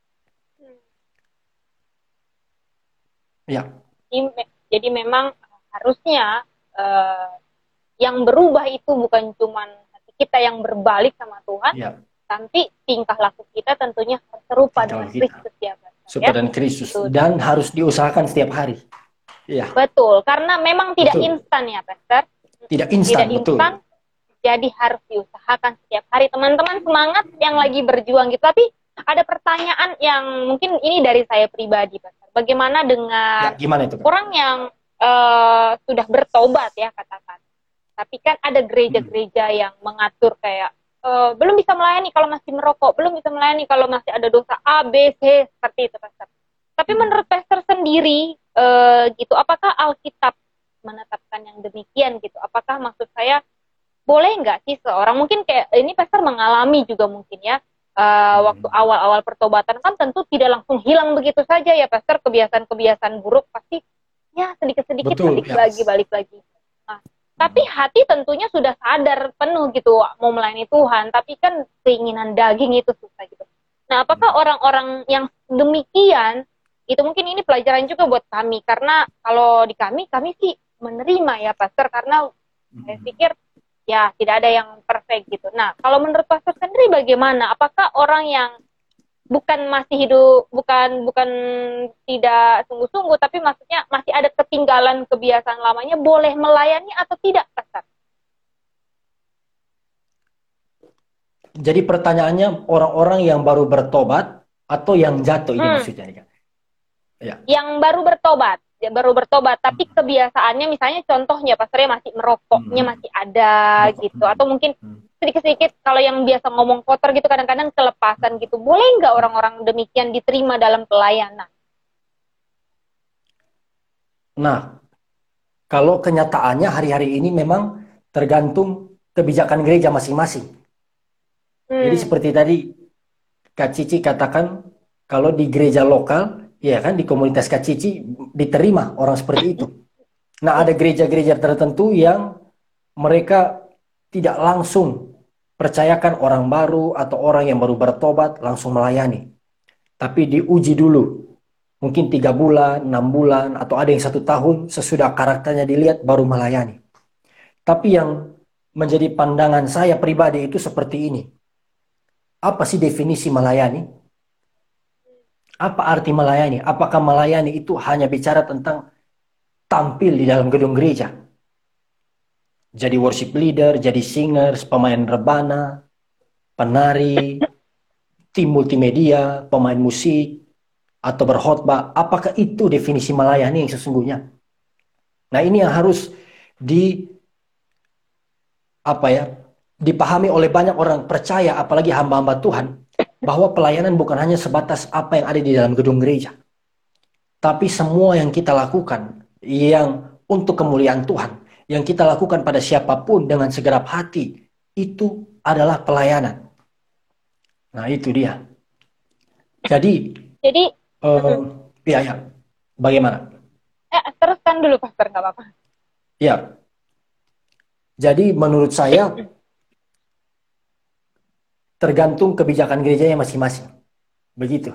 Ya. Jadi, jadi memang harusnya uh, yang berubah itu bukan cuma kita yang berbalik sama Tuhan, ya, tapi tingkah laku kita tentunya serupa tingkah dengan Kristus, ya, serupa dengan Kristus, dan harus diusahakan setiap hari. Ya. Betul, karena memang tidak betul. Instan ya, Pastor. Tidak instan, tidak betul. Instan, jadi harus diusahakan setiap hari. Teman-teman semangat yang lagi berjuang gitu. Tapi ada pertanyaan yang mungkin ini dari saya pribadi, Pastor. Bagaimana dengan ya, gimana itu, orang yang uh, sudah bertobat ya katakan. Tapi kan ada gereja-gereja hmm. yang mengatur kayak uh, belum bisa melayani kalau masih merokok, belum bisa melayani kalau masih ada dosa A, B, C, seperti itu, Pastor. Tapi menurut Pastor sendiri uh, gitu, apakah Alkitab menetapkan yang demikian gitu? Apakah maksud saya boleh nggak sih seorang, mungkin kayak ini Pastor mengalami juga mungkin ya, uh, hmm. waktu awal-awal pertobatan kan tentu tidak langsung hilang begitu saja ya Pastor, kebiasaan-kebiasaan buruk pasti ya sedikit-sedikit balik yes. lagi, balik lagi. Nah, Tapi hati tentunya sudah sadar penuh gitu mau melayani Tuhan, tapi kan keinginan daging itu susah gitu. Nah, apakah orang-orang yang demikian itu mungkin ini pelajaran juga buat kami, karena kalau di kami kami sih menerima ya Pastor, karena saya pikir ya tidak ada yang perfect gitu. Nah, kalau menurut Pastor sendiri bagaimana? Apakah orang yang bukan masih hidup, bukan bukan tidak sungguh-sungguh, tapi maksudnya masih ada ketinggalan kebiasaan lamanya, boleh melayani atau tidak, Pastor? Jadi pertanyaannya orang-orang yang baru bertobat atau yang jatuh ini Hmm. maksudnya nih, Kak? Ya. Yang baru bertobat, ya baru bertobat, tapi kebiasaannya misalnya contohnya pastornya masih merokoknya Hmm. masih ada Merokok. gitu, atau mungkin Hmm. sedikit-sedikit kalau yang biasa ngomong kotor gitu kadang-kadang kelepasan gitu. Boleh nggak orang-orang demikian diterima dalam pelayanan? Nah, kalau kenyataannya hari-hari ini memang tergantung kebijakan gereja masing-masing. Hmm. Jadi seperti tadi Kak Cici katakan, kalau di gereja lokal, ya kan di komunitas Kak Cici diterima orang seperti itu. Nah, ada gereja-gereja tertentu yang mereka tidak langsung percayakan orang baru atau orang yang baru bertobat langsung melayani. Tapi diuji dulu. Mungkin tiga bulan, enam bulan, atau ada yang satu tahun sesudah karakternya dilihat baru melayani. Tapi yang menjadi pandangan saya pribadi itu seperti ini. Apa sih definisi melayani? Apa arti melayani? Apakah melayani itu hanya bicara tentang tampil di dalam gedung gereja? Jadi worship leader, jadi singers, pemain rebana, penari, tim multimedia, pemain musik, atau berkhotbah. Apakah itu definisi melayani yang sesungguhnya? Nah, ini yang harus di apa ya dipahami oleh banyak orang percaya, apalagi hamba-hamba Tuhan, bahwa pelayanan bukan hanya sebatas apa yang ada di dalam gedung gereja, tapi semua yang kita lakukan yang untuk kemuliaan Tuhan, yang kita lakukan pada siapapun dengan segenap hati, itu adalah pelayanan. Nah, itu dia. Jadi, Jadi, uh, ya, ya, bagaimana? eh, teruskan dulu Pastor, nggak apa-apa. Ya, jadi menurut saya tergantung kebijakan gerejanya masing-masing. Begitu.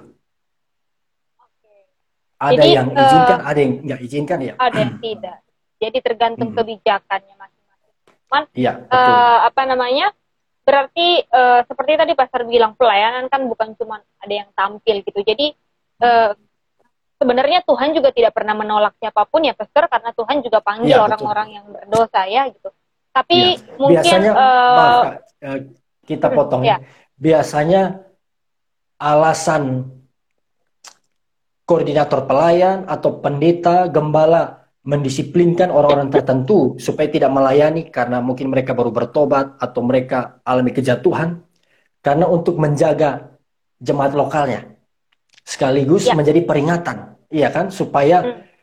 Ada Jadi, yang izinkan, uh, ada yang nggak izinkan ya. ada yang tidak. Jadi tergantung Hmm. kebijakannya masing-masing. Cuman, Iya, betul. uh, apa namanya? Berarti uh, seperti tadi Pastor bilang, pelayanan kan bukan cuma ada yang tampil gitu. Jadi uh, sebenarnya Tuhan juga tidak pernah menolak siapapun ya Pastor, karena Tuhan juga panggil Iya, orang-orang yang berdosa ya gitu. Tapi Iya. mungkin Biasanya, uh, maaf Kak, eh, kita potong ya. ya. Biasanya alasan koordinator pelayan atau pendeta, gembala mendisiplinkan orang-orang tertentu supaya tidak melayani karena mungkin mereka baru bertobat atau mereka alami kejatuhan, karena untuk menjaga jemaat lokalnya sekaligus Ya. menjadi peringatan, iya kan, supaya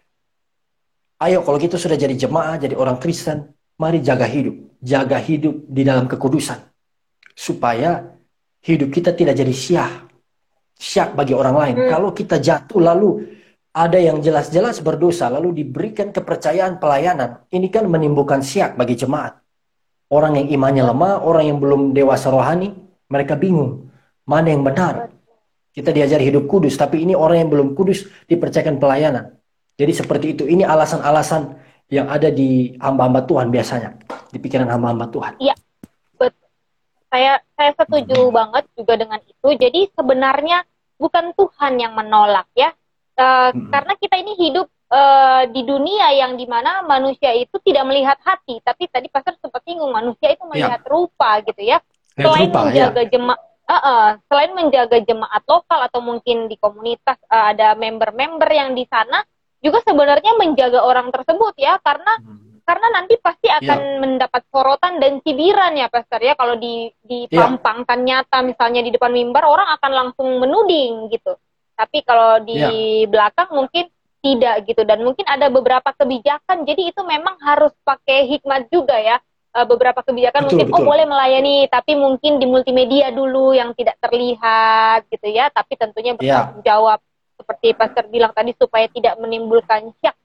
Hmm. ayo kalau kita sudah jadi jemaah, jadi orang Kristen, mari jaga hidup, jaga hidup di dalam kekudusan supaya hidup kita tidak jadi sia syak bagi orang lain. Hmm. Kalau kita jatuh lalu ada yang jelas-jelas berdosa lalu diberikan kepercayaan pelayanan, ini kan menimbulkan syak bagi jemaat. Orang yang imannya lemah, orang yang belum dewasa rohani, mereka bingung mana yang benar. Kita diajari hidup kudus, tapi ini orang yang belum kudus dipercayakan pelayanan. Jadi seperti itu. Ini alasan-alasan yang ada di hamba-hamba Tuhan biasanya, di pikiran hamba-hamba Tuhan. Iya, betul. Saya saya setuju Hmm. banget juga dengan itu. Jadi sebenarnya bukan Tuhan yang menolak ya, uh, Hmm. karena kita ini hidup uh, di dunia yang dimana manusia itu tidak melihat hati, tapi tadi Pastor sempat singgung manusia itu melihat Ya. rupa gitu ya. Lihat Selain rupa, menjaga ya. jemaat, uh, uh, selain menjaga jemaat lokal atau mungkin di komunitas uh, ada member-member yang di sana, juga sebenarnya menjaga orang tersebut ya, karena Hmm. karena nanti pasti akan Ya. mendapat sorotan dan cibiran ya Pastor ya, kalau di dipampangkan nyata misalnya di depan mimbar, orang akan langsung menuding gitu. Tapi kalau di Ya. belakang mungkin tidak gitu, dan mungkin ada beberapa kebijakan, jadi itu memang harus pakai hikmat juga ya. Uh, beberapa kebijakan Betul, mungkin betul. oh boleh melayani tapi mungkin di multimedia dulu yang tidak terlihat gitu ya, tapi tentunya Ya. bertanggung jawab seperti Pastor bilang tadi supaya tidak menimbulkan syak gitu.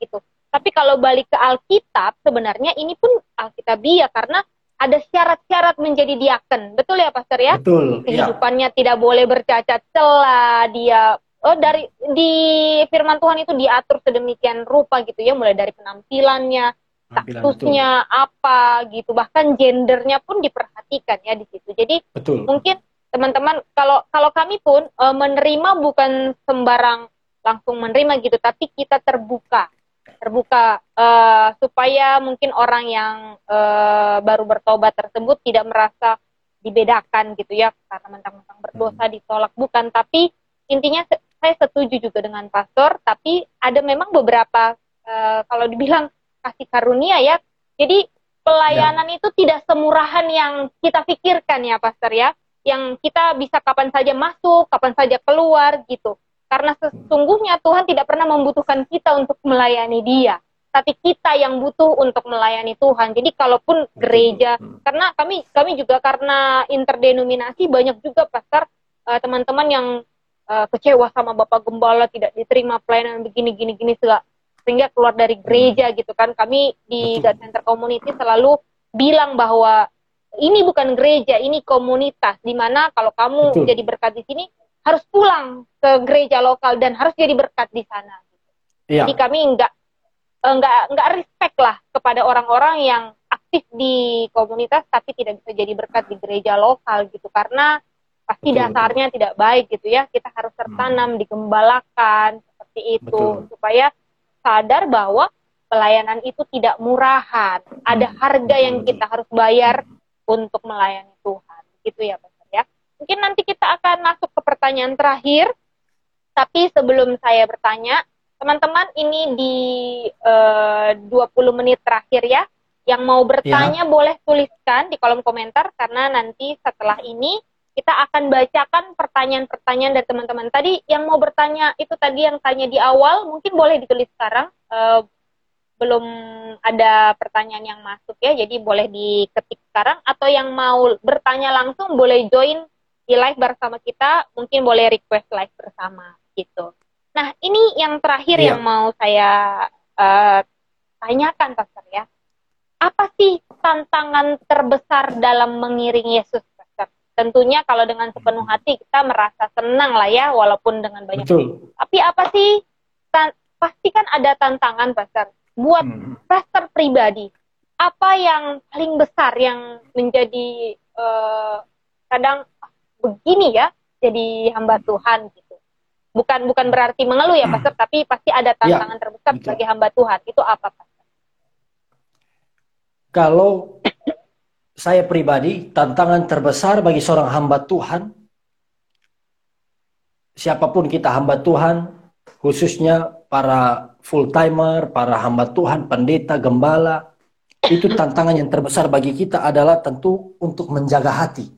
Tapi kalau balik ke Alkitab, sebenarnya ini pun Alkitabiah karena ada syarat-syarat menjadi diaken. Betul ya, Pastor ya? Betul. Kehidupannya Ya. tidak boleh bercacat celah, dia oh dari di firman Tuhan itu diatur sedemikian rupa gitu ya, mulai dari penampilannya, Penampilan, statusnya apa gitu, bahkan gendernya pun diperhatikan ya di situ. Jadi betul. mungkin teman-teman kalau kalau kami pun e, menerima bukan sembarang langsung menerima gitu, tapi kita terbuka terbuka uh, supaya mungkin orang yang uh, baru bertobat tersebut tidak merasa dibedakan gitu ya karena mentang-mentang berdosa ditolak, bukan. Tapi intinya saya setuju juga dengan pastor, tapi ada memang beberapa uh, kalau dibilang kasih karunia ya, jadi pelayanan ya. Itu tidak semurahan yang kita pikirkan ya pastor ya, yang kita bisa kapan saja masuk, kapan saja keluar gitu. Karena sesungguhnya Tuhan tidak pernah membutuhkan kita untuk melayani Dia, tapi kita yang butuh untuk melayani Tuhan. Jadi kalaupun gereja, karena kami kami juga karena interdenominasi banyak juga pastor uh, teman-teman yang uh, kecewa sama Bapak Gembala, tidak diterima pelayanan begini gini gini segala, sehingga keluar dari gereja gitu kan. Kami di God Center Community selalu bilang bahwa ini bukan gereja, ini komunitas, di mana kalau kamu Betul. Jadi berkat di sini harus pulang ke gereja lokal dan harus jadi berkat di sana. Ya. Jadi kami enggak enggak enggak respect lah kepada orang-orang yang aktif di komunitas tapi tidak bisa jadi berkat di gereja lokal gitu, karena pasti betul, dasarnya betul. Tidak baik gitu ya. Kita harus tertanam, hmm. digembalakan seperti itu betul. Supaya sadar bahwa pelayanan itu tidak murahan. Ada harga betul, yang kita betul. Harus bayar untuk melayani Tuhan. Gitu ya, Pak. Mungkin nanti kita akan masuk ke pertanyaan terakhir, tapi sebelum saya bertanya, teman-teman ini di uh, dua puluh menit terakhir ya, yang mau bertanya ya. Boleh tuliskan di kolom komentar, karena nanti setelah ini kita akan bacakan pertanyaan-pertanyaan dari teman-teman. Tadi yang mau bertanya, itu tadi yang tanya di awal, mungkin boleh ditulis sekarang, uh, belum ada pertanyaan yang masuk ya, jadi boleh diketik sekarang, atau yang mau bertanya langsung boleh join di live bersama kita, mungkin boleh request live bersama gitu. Nah, ini yang terakhir yeah. yang mau saya uh, tanyakan, Pastor ya. Apa sih tantangan terbesar dalam mengiring Yesus, Pastor? Tentunya kalau dengan sepenuh hati kita merasa senang lah ya, walaupun dengan banyak. Betul. Tapi apa sih, tan- pasti kan ada tantangan, Pastor. Buat hmm. Pastor pribadi, apa yang paling besar yang menjadi uh, kadang begini ya, jadi hamba Tuhan gitu. Bukan bukan berarti mengeluh ya, Pastor, tapi pasti ada tantangan ya, terbesar betul. Sebagai hamba Tuhan. Itu apa, Pastor? Kalau saya pribadi, tantangan terbesar bagi seorang hamba Tuhan, siapapun kita hamba Tuhan, khususnya para full-timer, para hamba Tuhan, pendeta, gembala, itu tantangan yang terbesar bagi kita adalah tentu untuk menjaga hati.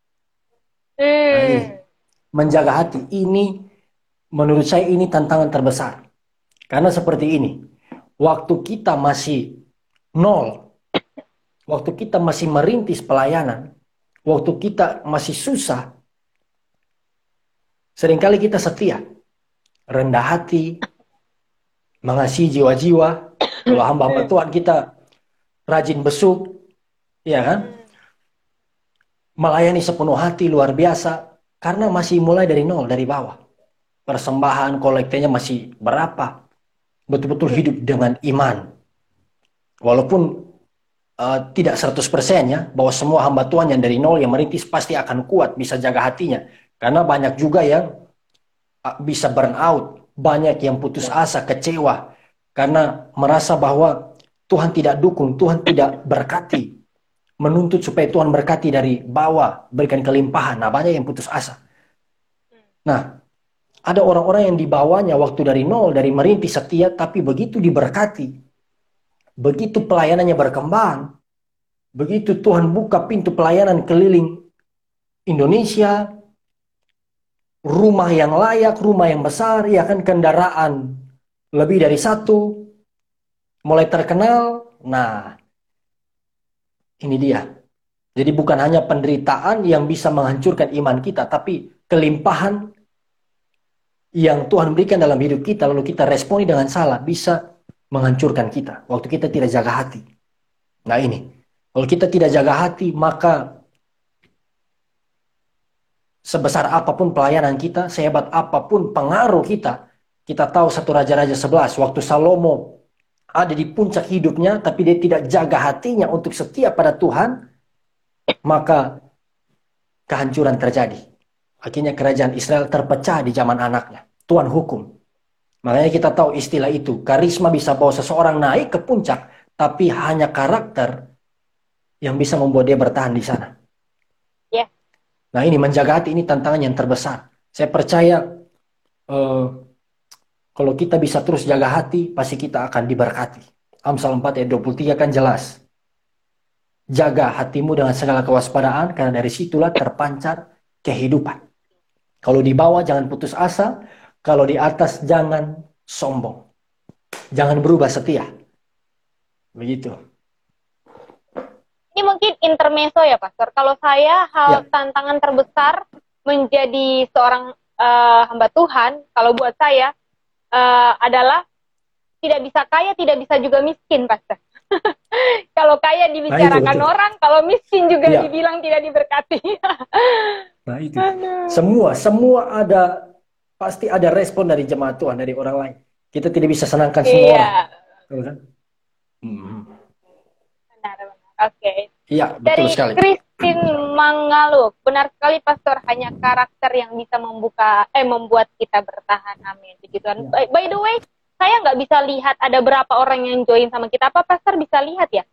Nah, menjaga hati ini menurut saya ini tantangan terbesar, karena seperti ini, waktu kita masih nol, waktu kita masih merintis pelayanan, waktu kita masih susah, seringkali kita setia, rendah hati, mengasihi jiwa-jiwa. Kalau hamba-hamba Tuhan kita rajin besuk, ya kan? Melayani sepenuh hati luar biasa, karena masih mulai dari nol, dari bawah. Persembahan kolektenya masih berapa, betul-betul hidup dengan iman. Walaupun uh, tidak seratus persen ya, bahwa semua hamba Tuhan yang dari nol yang merintis pasti akan kuat, bisa jaga hatinya. Karena banyak juga yang uh, bisa burn out, banyak yang putus asa, kecewa, karena merasa bahwa Tuhan tidak dukung, Tuhan tidak berkati, menuntut supaya Tuhan berkati dari bawah, berikan kelimpahan. Nah, banyak yang putus asa. Nah, ada orang-orang yang di bawahnya waktu dari nol, dari merintis setia, tapi begitu diberkati, begitu pelayanannya berkembang, begitu Tuhan buka pintu pelayanan keliling Indonesia, rumah yang layak, rumah yang besar, ya kan, kendaraan lebih dari satu, mulai terkenal. Nah, ini dia. Jadi bukan hanya penderitaan yang bisa menghancurkan iman kita, tapi kelimpahan yang Tuhan berikan dalam hidup kita, lalu kita responi dengan salah, bisa menghancurkan kita waktu kita tidak jaga hati. Nah ini, kalau kita tidak jaga hati, maka sebesar apapun pelayanan kita, sehebat apapun pengaruh kita, kita tahu satu Raja-Raja sebelas, waktu Salomo ada di puncak hidupnya, tapi dia tidak jaga hatinya untuk setia pada Tuhan, maka kehancuran terjadi. Akhirnya kerajaan Israel terpecah di zaman anaknya. Tuhan hukum. Makanya kita tahu istilah itu. Karisma bisa bawa seseorang naik ke puncak, tapi hanya karakter yang bisa membuat dia bertahan di sana. Ya. Nah ini menjaga hati ini tantangan yang terbesar. Saya percaya uh, kalau kita bisa terus jaga hati, pasti kita akan diberkati. Amsal empat ayat dua puluh tiga kan jelas. Jaga hatimu dengan segala kewaspadaan, karena dari situlah terpancar kehidupan. Kalau di bawah jangan putus asa, kalau di atas jangan sombong. Jangan berubah setia. Begitu. Ini mungkin intermezzo ya, Pastor. Kalau saya, hal Ya. tantangan terbesar menjadi seorang uh, hamba Tuhan, kalau buat saya, uh, adalah tidak bisa kaya, tidak bisa juga miskin, Pastor. Kalau kaya dibicarakan Nah, orang, kalau miskin juga ya. dibilang tidak diberkati. Nah itu. Semua, semua ada, pasti ada respon dari jemaat Tuhan, dari orang lain. Kita tidak bisa senangkan semua Iya. orang. Betul kan? Hmm. Benar, benar. Oke. Okay. Iya, betul Dari sekali. Christine Mangaluk, benar sekali Pastor, hanya karakter yang bisa membuka, eh membuat kita bertahan. Amin. Begitu kan. Ya. By, by the way, saya nggak bisa lihat ada berapa orang yang join sama kita. Apa Pastor bisa lihat ya?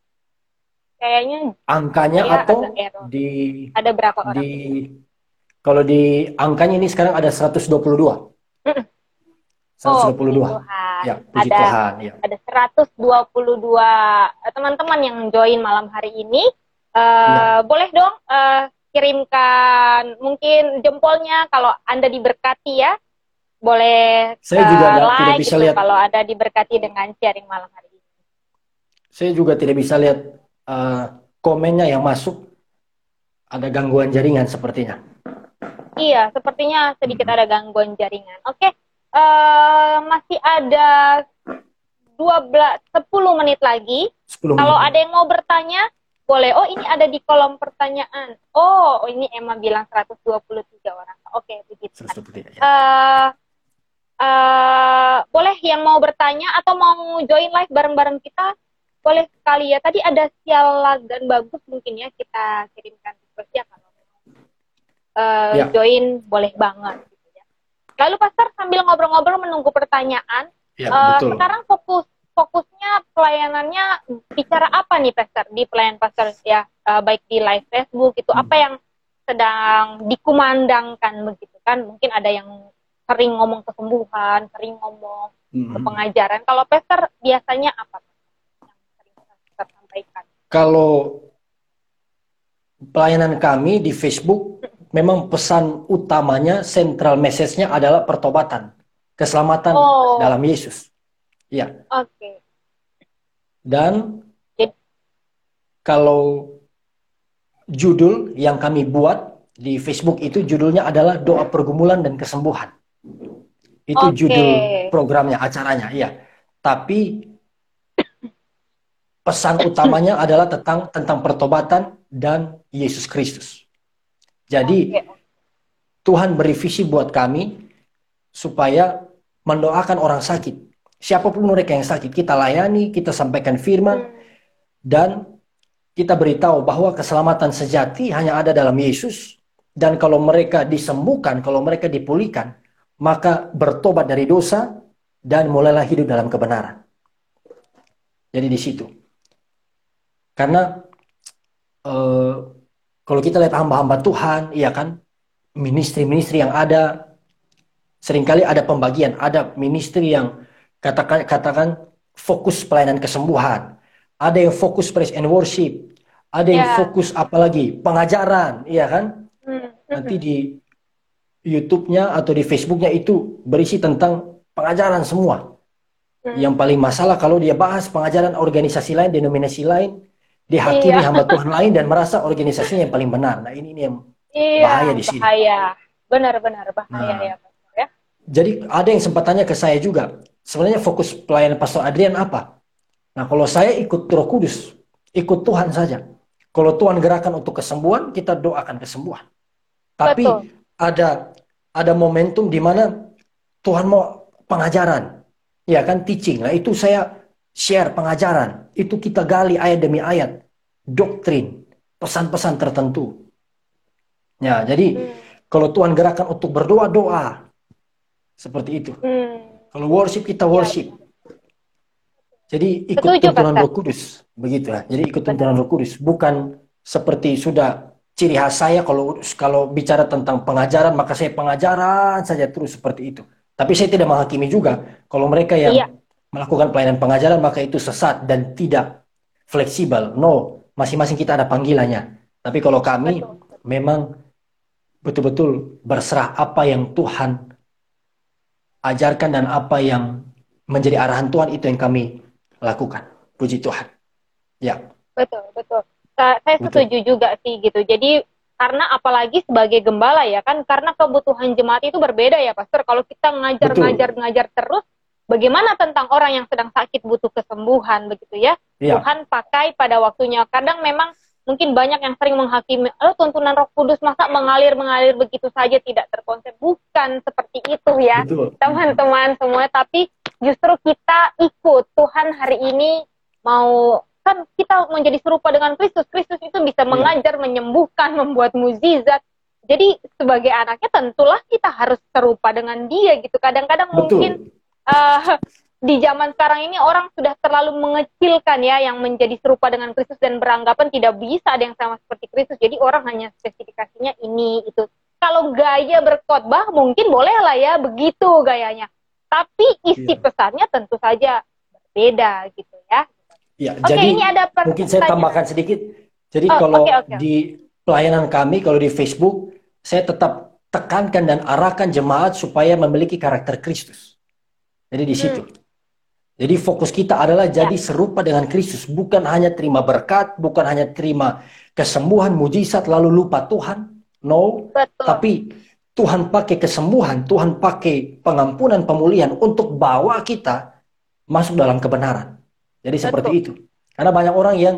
Kayaknya Angkanya saya atau agak error. di Ada berapa orang? di kalau di angkanya ini sekarang ada seratus dua puluh dua. Mm. seratus dua Oh, puluh dua. puji Tuhan. Ya, puji ada Tuhan, ya. ada seratus dua puluh dua teman-teman yang join malam hari ini. Uh, Ya. Boleh dong uh, kirimkan mungkin jempolnya kalau Anda diberkati ya. Boleh Saya uh, juga nggak- like tidak bisa gitu lihat. kalau Anda diberkati dengan sharing malam hari ini. Saya juga tidak bisa lihat uh, komennya yang masuk. Ada gangguan jaringan sepertinya. Iya, sepertinya sedikit Hmm. ada gangguan jaringan. Oke, uh, masih ada dua belas sepuluh menit lagi. sepuluh Kalau menit. ada yang mau bertanya, boleh. Oh, ini ada di kolom pertanyaan. Oh, oh ini Emma bilang seratus dua puluh tiga orang. Oke, begitu. seratus dua puluh tiga, ya. Eh, eh, boleh yang mau bertanya atau mau join live bareng-bareng kita, boleh sekali ya. Tadi ada sialan dan bagus mungkin ya kita kirimkan request ya kalau mau eh, Ya. join boleh banget. Gitu ya. Lalu Pastor sambil ngobrol-ngobrol menunggu pertanyaan. Ya, Eh, betul. sekarang fokus fokusnya pelayanannya bicara apa nih Pastor di pelayanan Pastor ya, eh, baik di live Facebook itu Hmm. apa yang sedang dikumandangkan begitu kan, mungkin ada yang sering ngomong kesembuhan, sering ngomong Mhm. pengajaran. Kalau Pastor biasanya apa yang sering Pastor sampaikan? Kalau pelayanan kami di Facebook, memang pesan utamanya, central message-nya adalah pertobatan, keselamatan Oh. dalam Yesus. Ya. Oke. Dan Jadi- kalau judul yang kami buat di Facebook itu judulnya adalah doa pergumulan dan kesembuhan. Itu Oke. judul programnya, acaranya, iya. Tapi pesan utamanya adalah tentang tentang pertobatan dan Yesus Kristus. Jadi Oke. Tuhan beri visi buat kami supaya mendoakan orang sakit. Siapapun mereka yang sakit, kita layani, kita sampaikan firman, Hmm. dan kita beritahu bahwa keselamatan sejati hanya ada dalam Yesus. Dan kalau mereka disembuhkan, kalau mereka dipulihkan, maka bertobat dari dosa dan mulailah hidup dalam kebenaran. Jadi di situ. Karena eh, kalau kita lihat hamba-hamba Tuhan, iya kan, ministry-ministry yang ada, seringkali ada pembagian, ada ministry yang katakan katakan fokus pelayanan kesembuhan, ada yang fokus praise and worship, ada yang Ya. fokus apalagi pengajaran, iya kan? Hmm. Nanti di YouTube-nya atau di Facebook-nya itu berisi tentang pengajaran semua. Hmm. Yang paling masalah kalau dia bahas pengajaran organisasi lain, denominasi lain, dihakimi Iya. hamba Tuhan lain dan merasa organisasinya yang paling benar. Nah ini, ini yang Iya, bahaya di sini. bahaya. Benar-benar bahaya Nah. ya Pastor ya. Jadi ada yang sempat tanya ke saya juga, sebenarnya fokus pelayanan Pastor Adrian apa? Nah, kalau saya ikut Roh Kudus, ikut Tuhan saja. Kalau Tuhan gerakan untuk kesembuhan, kita doakan kesembuhan. Betul. Tapi ada ada momentum di mana Tuhan mau pengajaran, ya kan, teaching. Nah, itu saya share pengajaran. Itu kita gali ayat demi ayat, doktrin, pesan-pesan tertentu. Ya, jadi Hmm. kalau Tuhan gerakan untuk berdoa, doa seperti itu. Hmm. Kalau worship, kita Ya, worship. Jadi ikut setuju, tuntunan Pastor. Roh Kudus, begitu ya. Jadi ikut tuntunan Benar. Roh Kudus, bukan seperti sudah ciri khas saya kalau kalau bicara tentang pengajaran maka saya pengajaran saja terus seperti itu. Tapi saya tidak menghakimi juga kalau mereka Iya, yang melakukan pelayanan pengajaran maka itu sesat dan tidak fleksibel. No, masing-masing kita ada panggilannya. Tapi kalau kami betul. memang betul-betul berserah apa yang Tuhan ajarkan dan apa yang menjadi arahan Tuhan itu yang kami lakukan. Puji Tuhan. Ya, Betul, betul. Sa- Saya betul. setuju juga sih gitu. Jadi karena apalagi sebagai gembala ya kan, karena kebutuhan jemaat itu berbeda ya, Pastor. Kalau kita ngajar-ngajar Betul. ngajar terus, bagaimana tentang orang yang sedang sakit butuh kesembuhan begitu ya? Ya, Tuhan pakai pada waktunya. Kadang memang mungkin banyak yang sering menghakimi, oh tuntunan Roh Kudus masa mengalir-mengalir begitu saja tidak terkonsep. Bukan seperti itu ya, betul. teman-teman semua. Tapi justru kita ikut Tuhan hari ini mau, kan kita menjadi serupa dengan Kristus. Kristus itu bisa Ya, mengajar, menyembuhkan, membuat mukjizat. Jadi sebagai anaknya tentulah kita harus serupa dengan dia gitu. Kadang-kadang mungkin betul. uh, di zaman sekarang ini orang sudah terlalu mengecilkan ya yang menjadi serupa dengan Kristus dan beranggapan tidak bisa ada yang sama seperti Kristus. Jadi orang hanya spesifikasinya ini itu. Kalau gaya berkhotbah mungkin boleh lah ya begitu gayanya. Tapi isi Ya. pesannya tentu saja berbeda gitu ya. Ya, Oke, jadi ini ada mungkin saya pertanyaan. tambahkan sedikit. Jadi Oh, oke, kalau oke. di pelayanan kami, kalau di Facebook, saya tetap tekankan dan arahkan jemaat supaya memiliki karakter Kristus. Jadi di situ. Hmm, Jadi fokus kita adalah ya, jadi serupa dengan Kristus, bukan hanya terima berkat, bukan hanya terima kesembuhan, mujizat lalu lupa Tuhan. No, betul, tapi Tuhan pakai kesembuhan, Tuhan pakai pengampunan, pemulihan untuk bawa kita masuk dalam kebenaran. Jadi seperti betul. itu. Karena banyak orang yang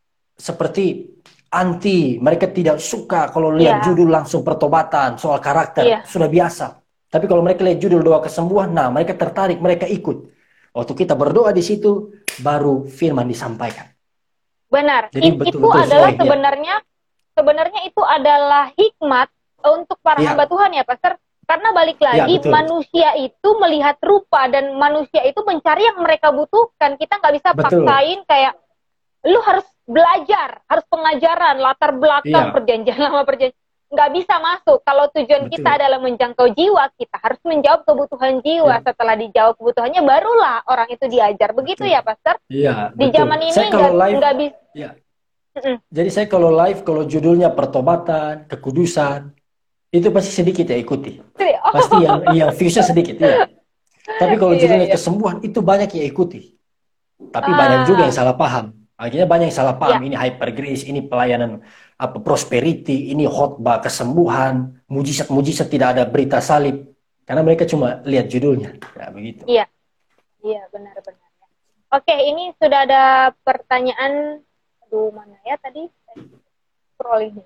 seperti anti, mereka tidak suka kalau lihat Iya, judul langsung pertobatan, soal karakter, iya, sudah biasa. Tapi kalau mereka lihat judul doa kesembuhan, nah mereka tertarik, mereka ikut. Waktu kita berdoa di situ, baru firman disampaikan. benar. Jadi I- itu betul-betul adalah sesuai, ya. sebenarnya sebenarnya itu adalah hikmat untuk para hamba Iya, Tuhan ya, Pastor. Karena balik iya lagi betul. manusia itu melihat rupa dan manusia itu mencari yang mereka butuhkan. Kita nggak bisa Betul. paksain kayak lu harus belajar, harus pengajaran, latar belakang Iya, perjanjian lama perjanjian. Nggak bisa masuk. Kalau tujuan kita betul. adalah menjangkau jiwa, kita harus menjawab kebutuhan jiwa. Iya, Setelah dijawab kebutuhannya, barulah orang itu diajar. Begitu betul. ya, Pastor? Iya, Di betul. zaman Saya ini kalau nggak live, nggak bisa. ya. Jadi saya kalau live, kalau judulnya pertobatan, kekudusan, itu pasti sedikit ya ikuti. Pasti yang Oh, yang viewsnya sedikit, ya. Tapi kalau iya, judulnya iya. kesembuhan, itu banyak yang ikuti. Tapi banyak juga yang Ah, salah paham. Akhirnya banyak yang salah paham. ya, Ini hyper grace, ini pelayanan apa prosperity, ini khotbah kesembuhan, mujizat-mujizat, tidak ada berita salib. Karena mereka cuma lihat judulnya. Ya, begitu. iya, iya, benar-benar. Oke, ini sudah ada pertanyaan. Aduh, mana ya tadi? Saya scroll ini.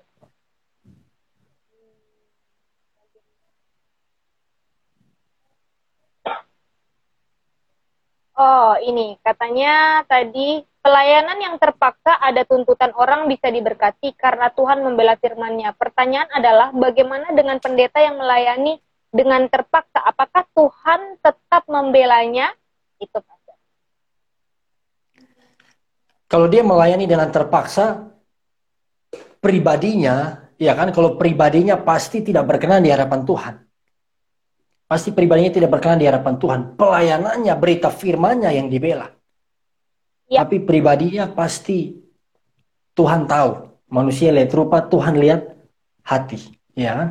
Oh, ini katanya tadi pelayanan yang terpaksa ada tuntutan orang bisa diberkati karena Tuhan membela firman-Nya. Pertanyaan adalah bagaimana dengan pendeta yang melayani dengan terpaksa? Apakah Tuhan tetap membelanya? Itu Pastor. Kalau dia melayani dengan terpaksa, pribadinya, ya kan, kalau pribadinya pasti tidak berkenan di hadapan Tuhan. Pasti pribadinya tidak berkenan di hadapan Tuhan. Pelayanannya, berita firman-Nya yang dibela. Ya, Tapi pribadinya pasti Tuhan tahu. Manusia lihat rupa, Tuhan lihat hati. Ya kan?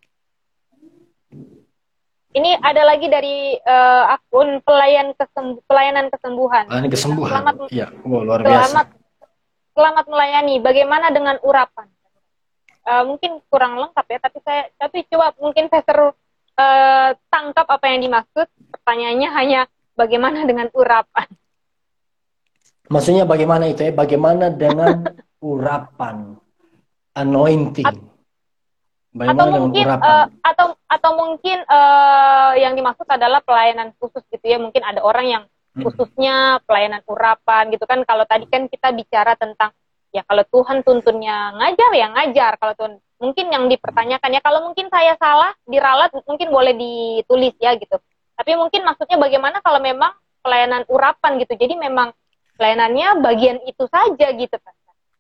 ini ada lagi dari uh, akun pelayan kesembu pelayanan kesembuhan. Ini kesembuhan. Selamat, Ya, wow, luar selamat, biasa. selamat melayani. Bagaimana dengan urapan? Uh, mungkin kurang lengkap ya, tapi saya, tapi coba mungkin saya seru uh, tangkap apa yang dimaksud. Pertanyaannya hanya bagaimana dengan urapan? Maksudnya bagaimana itu ya? Bagaimana dengan urapan, anointing? At- atau Bagaimana dengan mungkin urapan? uh, atau atau mungkin uh, yang dimaksud adalah pelayanan khusus gitu ya. Mungkin ada orang yang Hmm. khususnya pelayanan urapan gitu kan. Kalau tadi kan kita bicara tentang ya kalau Tuhan tuntunnya ngajar ya ngajar. Kalau Tuhan mungkin yang dipertanyakan ya kalau mungkin saya salah diralat mungkin boleh ditulis ya gitu. Tapi mungkin maksudnya bagaimana kalau memang pelayanan urapan gitu. Jadi memang pelayanannya bagian itu saja gitu kan.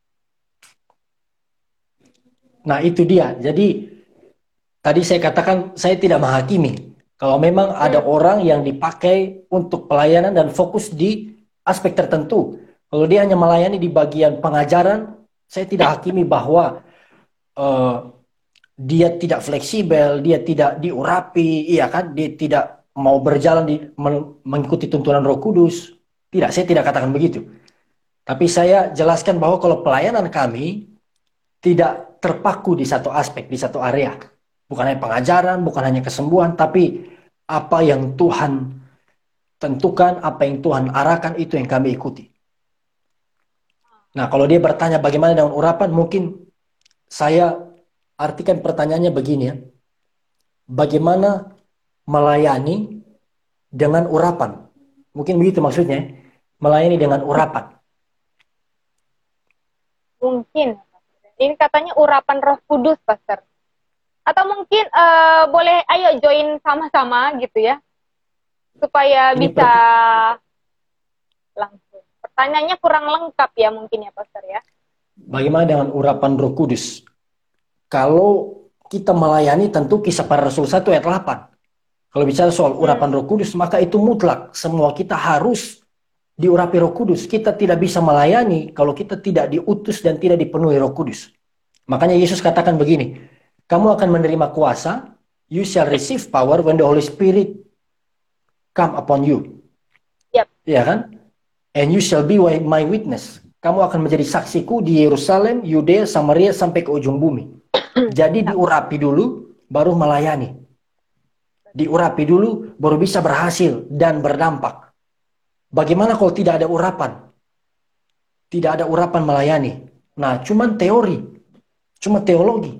Nah, itu dia. Jadi tadi saya katakan saya tidak menghakimi. Kalau memang ada Hmm. orang yang dipakai untuk pelayanan dan fokus di aspek tertentu. Kalau dia hanya melayani di bagian pengajaran, saya tidak hakimi bahwa uh, dia tidak fleksibel, dia tidak diurapi, iya kan? Dia tidak mau berjalan di men- mengikuti tuntunan Roh Kudus. Tidak, saya tidak katakan begitu. Tapi saya jelaskan bahwa kalau pelayanan kami tidak terpaku di satu aspek, di satu area. Bukan hanya pengajaran, bukan hanya kesembuhan, tapi apa yang Tuhan tentukan, apa yang Tuhan arahkan, itu yang kami ikuti. Nah, kalau dia bertanya bagaimana dengan urapan, mungkin saya artikan pertanyaannya begini ya. Bagaimana melayani dengan urapan? Mungkin begitu maksudnya, melayani dengan urapan. Mungkin. Ini katanya urapan Roh Kudus, Pastor. Atau mungkin uh, boleh ayo join sama-sama gitu ya. Supaya Ini bisa per- langsung. Pertanyaannya kurang lengkap ya mungkin ya, Pastor ya. bagaimana dengan urapan Roh Kudus? Kalau kita melayani tentu Kisah Para Rasul satu ayat delapan. Kalau bicara soal urapan Hmm. Roh Kudus, maka itu mutlak. Semua kita harus diurapi Roh Kudus. Kita tidak bisa melayani kalau kita tidak diutus dan tidak dipenuhi Roh Kudus. Makanya Yesus katakan begini, kamu akan menerima kuasa, you shall receive power when the Holy Spirit come upon you. Yap. Ya kan? And you shall be my witness. Kamu akan menjadi saksiku di Yerusalem, Yudea, Samaria, sampai ke ujung bumi. Jadi diurapi dulu, baru melayani. Diurapi dulu, baru bisa berhasil dan berdampak. Bagaimana kalau tidak ada urapan? Tidak ada urapan melayani. Nah, cuman teori. Cuma teologi.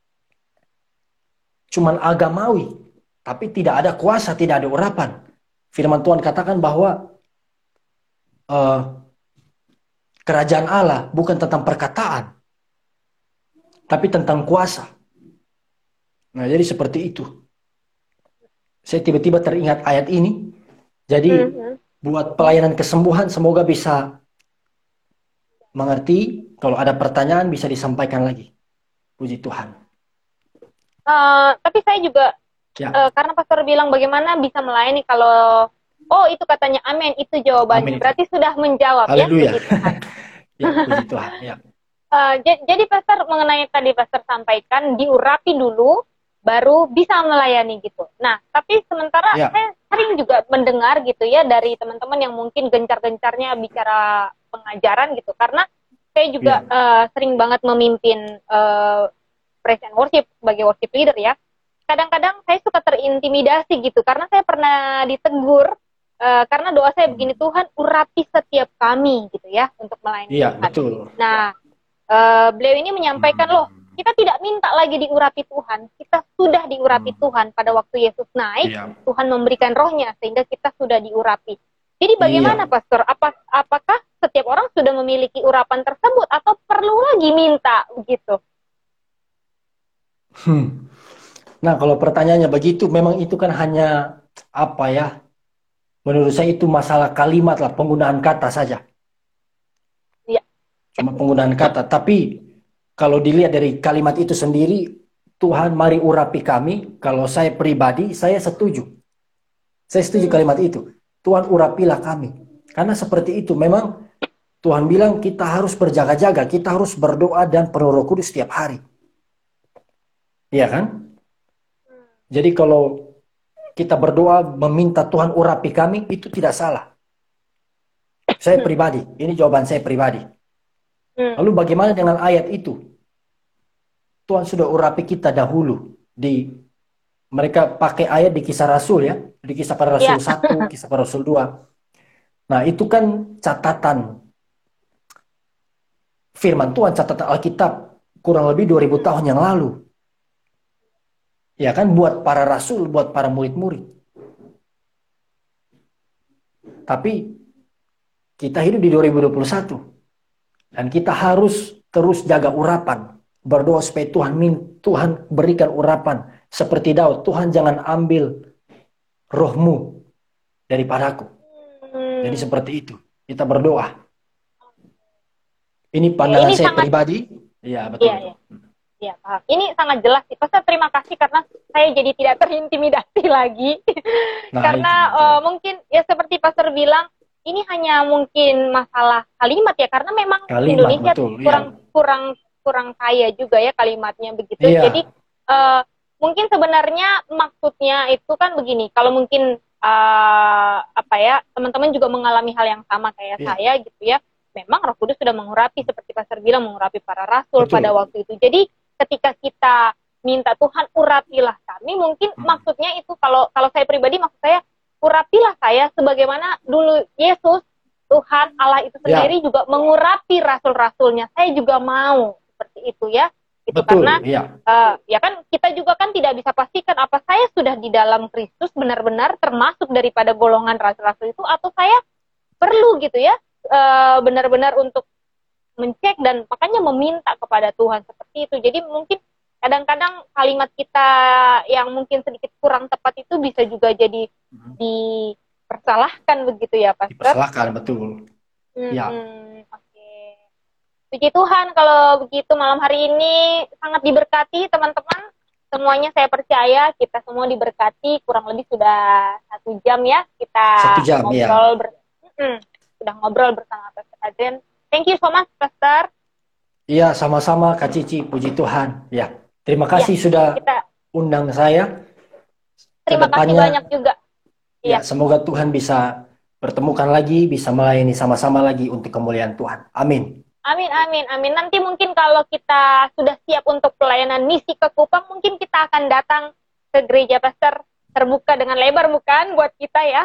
Cuman agamawi. Tapi tidak ada kuasa, tidak ada urapan. Firman Tuhan katakan bahwa uh, kerajaan Allah bukan tentang perkataan. Tapi tentang kuasa. Nah, jadi seperti itu. Saya tiba-tiba teringat ayat ini. Jadi, Mm-hmm. buat pelayanan kesembuhan, semoga bisa mengerti. Kalau ada pertanyaan, bisa disampaikan lagi. Puji Tuhan. Uh, tapi saya juga, Ya. uh, karena Pastor bilang bagaimana bisa melayani kalau, oh itu katanya amin, itu jawabannya. Amin. Berarti sudah menjawab. Haleluya. Ya, puji Tuhan. Ya, puji Tuhan. Ya. Uh, jadi Pastor mengenai tadi Pastor sampaikan, diurapi dulu, baru bisa melayani gitu. Nah, tapi sementara Ya. saya sering juga mendengar gitu ya dari teman-teman yang mungkin gencar-gencarnya bicara pengajaran gitu. Karena saya juga Ya. uh, sering banget memimpin uh, praise and worship sebagai worship leader ya. Kadang-kadang saya suka terintimidasi gitu karena saya pernah ditegur uh, karena doa saya begini, Tuhan urapi setiap kami gitu ya untuk melayani Iya, Tuhan. betul. Nah, uh, beliau ini menyampaikan loh, kita tidak minta lagi diurapi Tuhan, kita sudah diurapi Hmm. Tuhan pada waktu Yesus naik, Iya. Tuhan memberikan rohnya sehingga kita sudah diurapi. Jadi bagaimana Iya. Pastor? Apa, apakah setiap orang sudah memiliki urapan tersebut atau perlu lagi minta gitu? Hmm. Nah, kalau pertanyaannya begitu, memang itu kan hanya apa ya? Menurut saya itu masalah kalimat lah, penggunaan kata saja. Iya. Cuma penggunaan kata. Tapi kalau dilihat dari kalimat itu sendiri, Tuhan mari urapi kami. Kalau saya pribadi, saya setuju. Saya setuju kalimat itu. Tuhan urapilah kami. Karena seperti itu, memang Tuhan bilang kita harus berjaga-jaga, kita harus berdoa dan penuh Roh Kudus setiap hari. Iya kan? Jadi kalau kita berdoa meminta Tuhan urapi kami, itu tidak salah. Saya pribadi, ini jawaban saya pribadi. Lalu bagaimana dengan ayat itu? Tuhan sudah urapi kita dahulu di mereka pakai ayat di Kisah Rasul ya, di Kisah Para Iya. Rasul satu, Kisah Para Rasul dua. Nah, itu kan catatan firman Tuhan, catatan Alkitab kurang lebih dua ribu tahun yang lalu. Ya kan, buat para rasul, buat para murid-murid. Tapi kita hidup di dua ribu dua puluh satu dan kita harus terus jaga urapan, berdoa supaya Tuhan Tuhan berikan urapan seperti Daud. Tuhan, jangan ambil rohmu daripadaku. Hmm. Jadi seperti itu kita berdoa. Ini Ya, pandangan ini saya sangat, pribadi. Iya, betul. iya, iya. Ya, paham. Ini sangat jelas sih. Pastor, terima kasih karena saya jadi tidak terintimidasi lagi. Nah, Karena itu betul. uh, mungkin ya seperti Pastor bilang, ini hanya mungkin masalah kalimat ya, karena memang Kalimat, Indonesia betul. kurang Iya. kurang kurang kaya juga ya kalimatnya begitu. Iya. Jadi uh, mungkin sebenarnya maksudnya itu kan begini. Kalau mungkin uh, apa ya, teman-teman juga mengalami hal yang sama kayak Iya. saya gitu ya. Memang Roh Kudus sudah mengurapi, seperti Pastor bilang, mengurapi para rasul Betul. pada waktu itu. Jadi ketika kita minta Tuhan urapilah kami, mungkin hmm. maksudnya itu, kalau kalau saya pribadi maksud saya, urapilah saya sebagaimana dulu Yesus, Tuhan Allah itu sendiri ya. juga mengurapi rasul-rasulnya. Saya juga mau seperti itu ya. Itu Betul, karena ya. Uh, ya kan kita juga kan tidak bisa pastikan apa saya sudah di dalam Kristus benar-benar termasuk daripada golongan rasul-rasul itu, atau saya perlu gitu ya uh, benar-benar untuk mencek dan makanya meminta kepada Tuhan seperti itu. Jadi mungkin kadang-kadang kalimat kita yang mungkin sedikit kurang tepat itu bisa juga jadi hmm. dipersalahkan begitu ya, Pastor? Dipersalahkan, betul. Hmm, Ya. Oke. Okay. Puji Tuhan kalau begitu malam hari ini sangat diberkati teman-teman. Semuanya saya percaya kita semua diberkati. Kurang lebih sudah satu jam ya kita satu jam, ngobrol ya. ber hmm, sudah ngobrol bersama Pastor Adrian. Thank you so much, Pastor. Iya, sama-sama Kak Cici, puji Tuhan. Ya, terima kasih ya, sudah kita undang saya. Terima Kedepannya, kasih banyak juga. Ya, ya, semoga Tuhan bisa pertemukan lagi, bisa melayani sama-sama lagi untuk kemuliaan Tuhan. Amin. Amin, amin, amin. Nanti mungkin kalau kita sudah siap untuk pelayanan misi ke Kupang, mungkin kita akan datang ke gereja Pastor terbuka dengan lebar, bukan buat kita ya?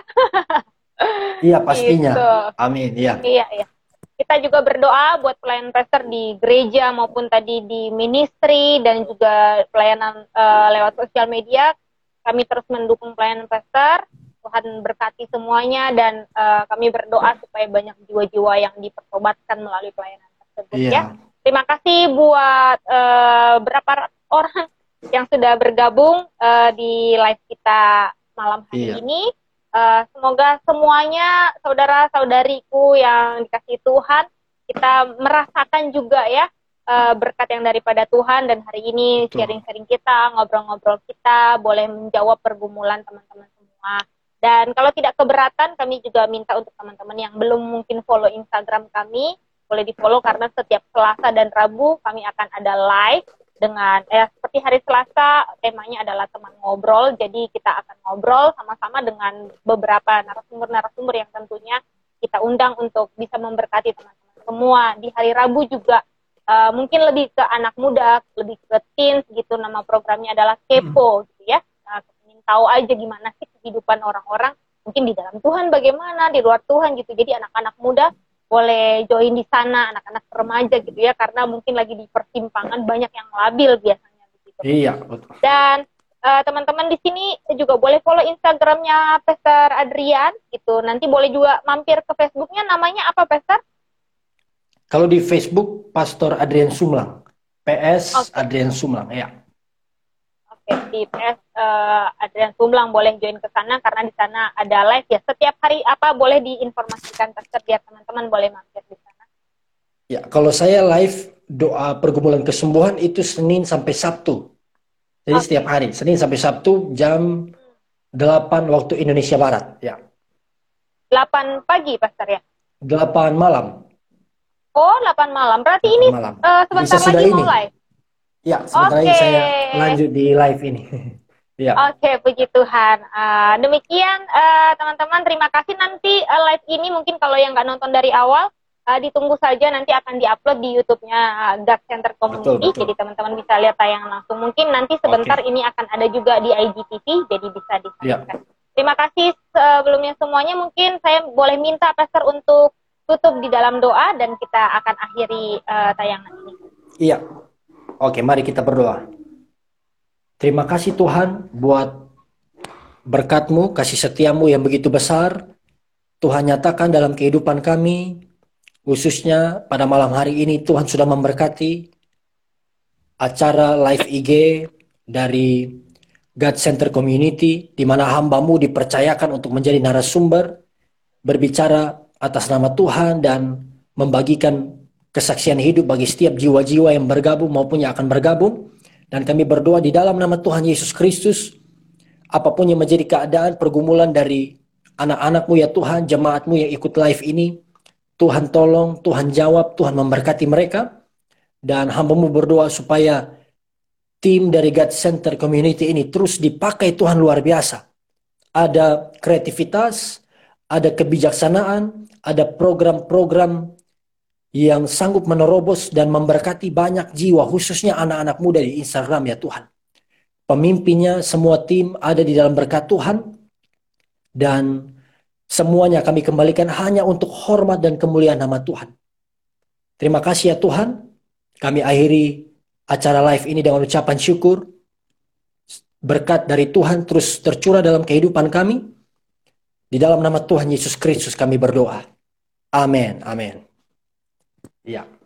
Iya, pastinya. Gitu. Amin, iya. Iya, iya. Kita juga berdoa buat pelayanan pastor di gereja maupun tadi di ministry dan juga pelayanan uh, lewat sosial media. Kami terus mendukung pelayanan pastor. Tuhan berkati semuanya dan uh, kami berdoa supaya banyak jiwa-jiwa yang dipertobatkan melalui pelayanan tersebut iya. ya. Terima kasih buat uh, berapa orang yang sudah bergabung uh, di live kita malam hari iya. ini. Uh, semoga semuanya saudara-saudariku yang dikasihi Tuhan, kita merasakan juga ya uh, berkat yang daripada Tuhan, dan hari ini sharing-sharing kita, ngobrol-ngobrol kita, boleh menjawab pergumulan teman-teman semua. Dan kalau tidak keberatan, kami juga minta untuk teman-teman yang belum mungkin follow Instagram kami, boleh di-follow karena setiap Selasa dan Rabu kami akan ada live dengan eh, seperti hari Selasa temanya adalah teman ngobrol, jadi kita akan ngobrol sama-sama dengan beberapa narasumber-narasumber yang tentunya kita undang untuk bisa memberkati teman-teman semua. Di hari Rabu juga uh, mungkin lebih ke anak muda, lebih ke teens gitu, nama programnya adalah Kepo gitu ya. Nah, ingin tahu aja gimana sih kehidupan orang-orang, mungkin di dalam Tuhan bagaimana, di luar Tuhan gitu. Jadi anak-anak muda boleh join di sana, anak-anak remaja gitu ya, karena mungkin lagi di persimpangan banyak yang labil biasanya begitu. Iya, betul. Dan uh, teman-teman di sini juga boleh follow Instagramnya Pastor Adrian gitu. Nanti boleh juga mampir ke Facebooknya, namanya apa Pastor? Kalau di Facebook Pastor Adrian Sumlang, P S okay. Adrian Sumlang, ya. Oke, di P S uh, Adrian Sumlang boleh join ke sana karena di sana ada live ya. Setiap hari apa boleh diinformasikan Pastor biar teman-teman boleh mampir di sana. Ya, kalau saya live doa pergumulan kesembuhan itu Senin sampai Sabtu. Jadi okay. setiap hari, Senin sampai Sabtu jam delapan waktu Indonesia Barat, ya. delapan pagi Pastor ya? delapan malam. Oh, delapan malam. Berarti ini malam. Uh, sebentar lagi ini. mau live. Ya, sebentar okay. lagi saya lanjut di live ini. Ya. Oke, okay, puji Tuhan. Uh, demikian uh, teman-teman, terima kasih. Nanti uh, live ini mungkin kalau yang nggak nonton dari awal, uh, ditunggu saja, nanti akan diupload di YouTube-nya uh, God Center Community. Betul, betul. Jadi teman-teman bisa lihat tayangan langsung. Mungkin nanti sebentar Oke. ini akan ada juga di I G T V, jadi bisa Ya. disaksikan. Terima kasih sebelumnya semuanya. Mungkin saya boleh minta Pastor untuk tutup di dalam doa dan kita akan akhiri uh, tayangan ini. Iya. Oke, mari kita berdoa. Terima kasih Tuhan buat berkat-Mu, kasih setia-Mu yang begitu besar. Tuhan nyatakan dalam kehidupan kami, khususnya pada malam hari ini Tuhan sudah memberkati acara live I G dari God Center Community, di mana hamba-Mu dipercayakan untuk menjadi narasumber, berbicara atas nama Tuhan dan membagikan kesaksian hidup bagi setiap jiwa-jiwa yang bergabung maupun yang akan bergabung. Dan kami berdoa di dalam nama Tuhan Yesus Kristus, apapun yang menjadi keadaan pergumulan dari anak-anak-Mu ya Tuhan, jemaat-Mu yang ikut live ini, Tuhan tolong, Tuhan jawab, Tuhan memberkati mereka. Dan hamba-Mu berdoa supaya tim dari God Center Community ini terus dipakai Tuhan luar biasa. Ada kreativitas, ada kebijaksanaan, ada program-program yang sanggup menerobos dan memberkati banyak jiwa, khususnya anak-anak muda di Instagram ya Tuhan. Pemimpinnya, semua tim ada di dalam berkat Tuhan, dan semuanya kami kembalikan hanya untuk hormat dan kemuliaan nama Tuhan. Terima kasih ya Tuhan. Kami akhiri acara live ini dengan ucapan syukur. Berkat dari Tuhan terus tercurah dalam kehidupan kami. Di dalam nama Tuhan Yesus Kristus kami berdoa. Amin. Amin. Ya.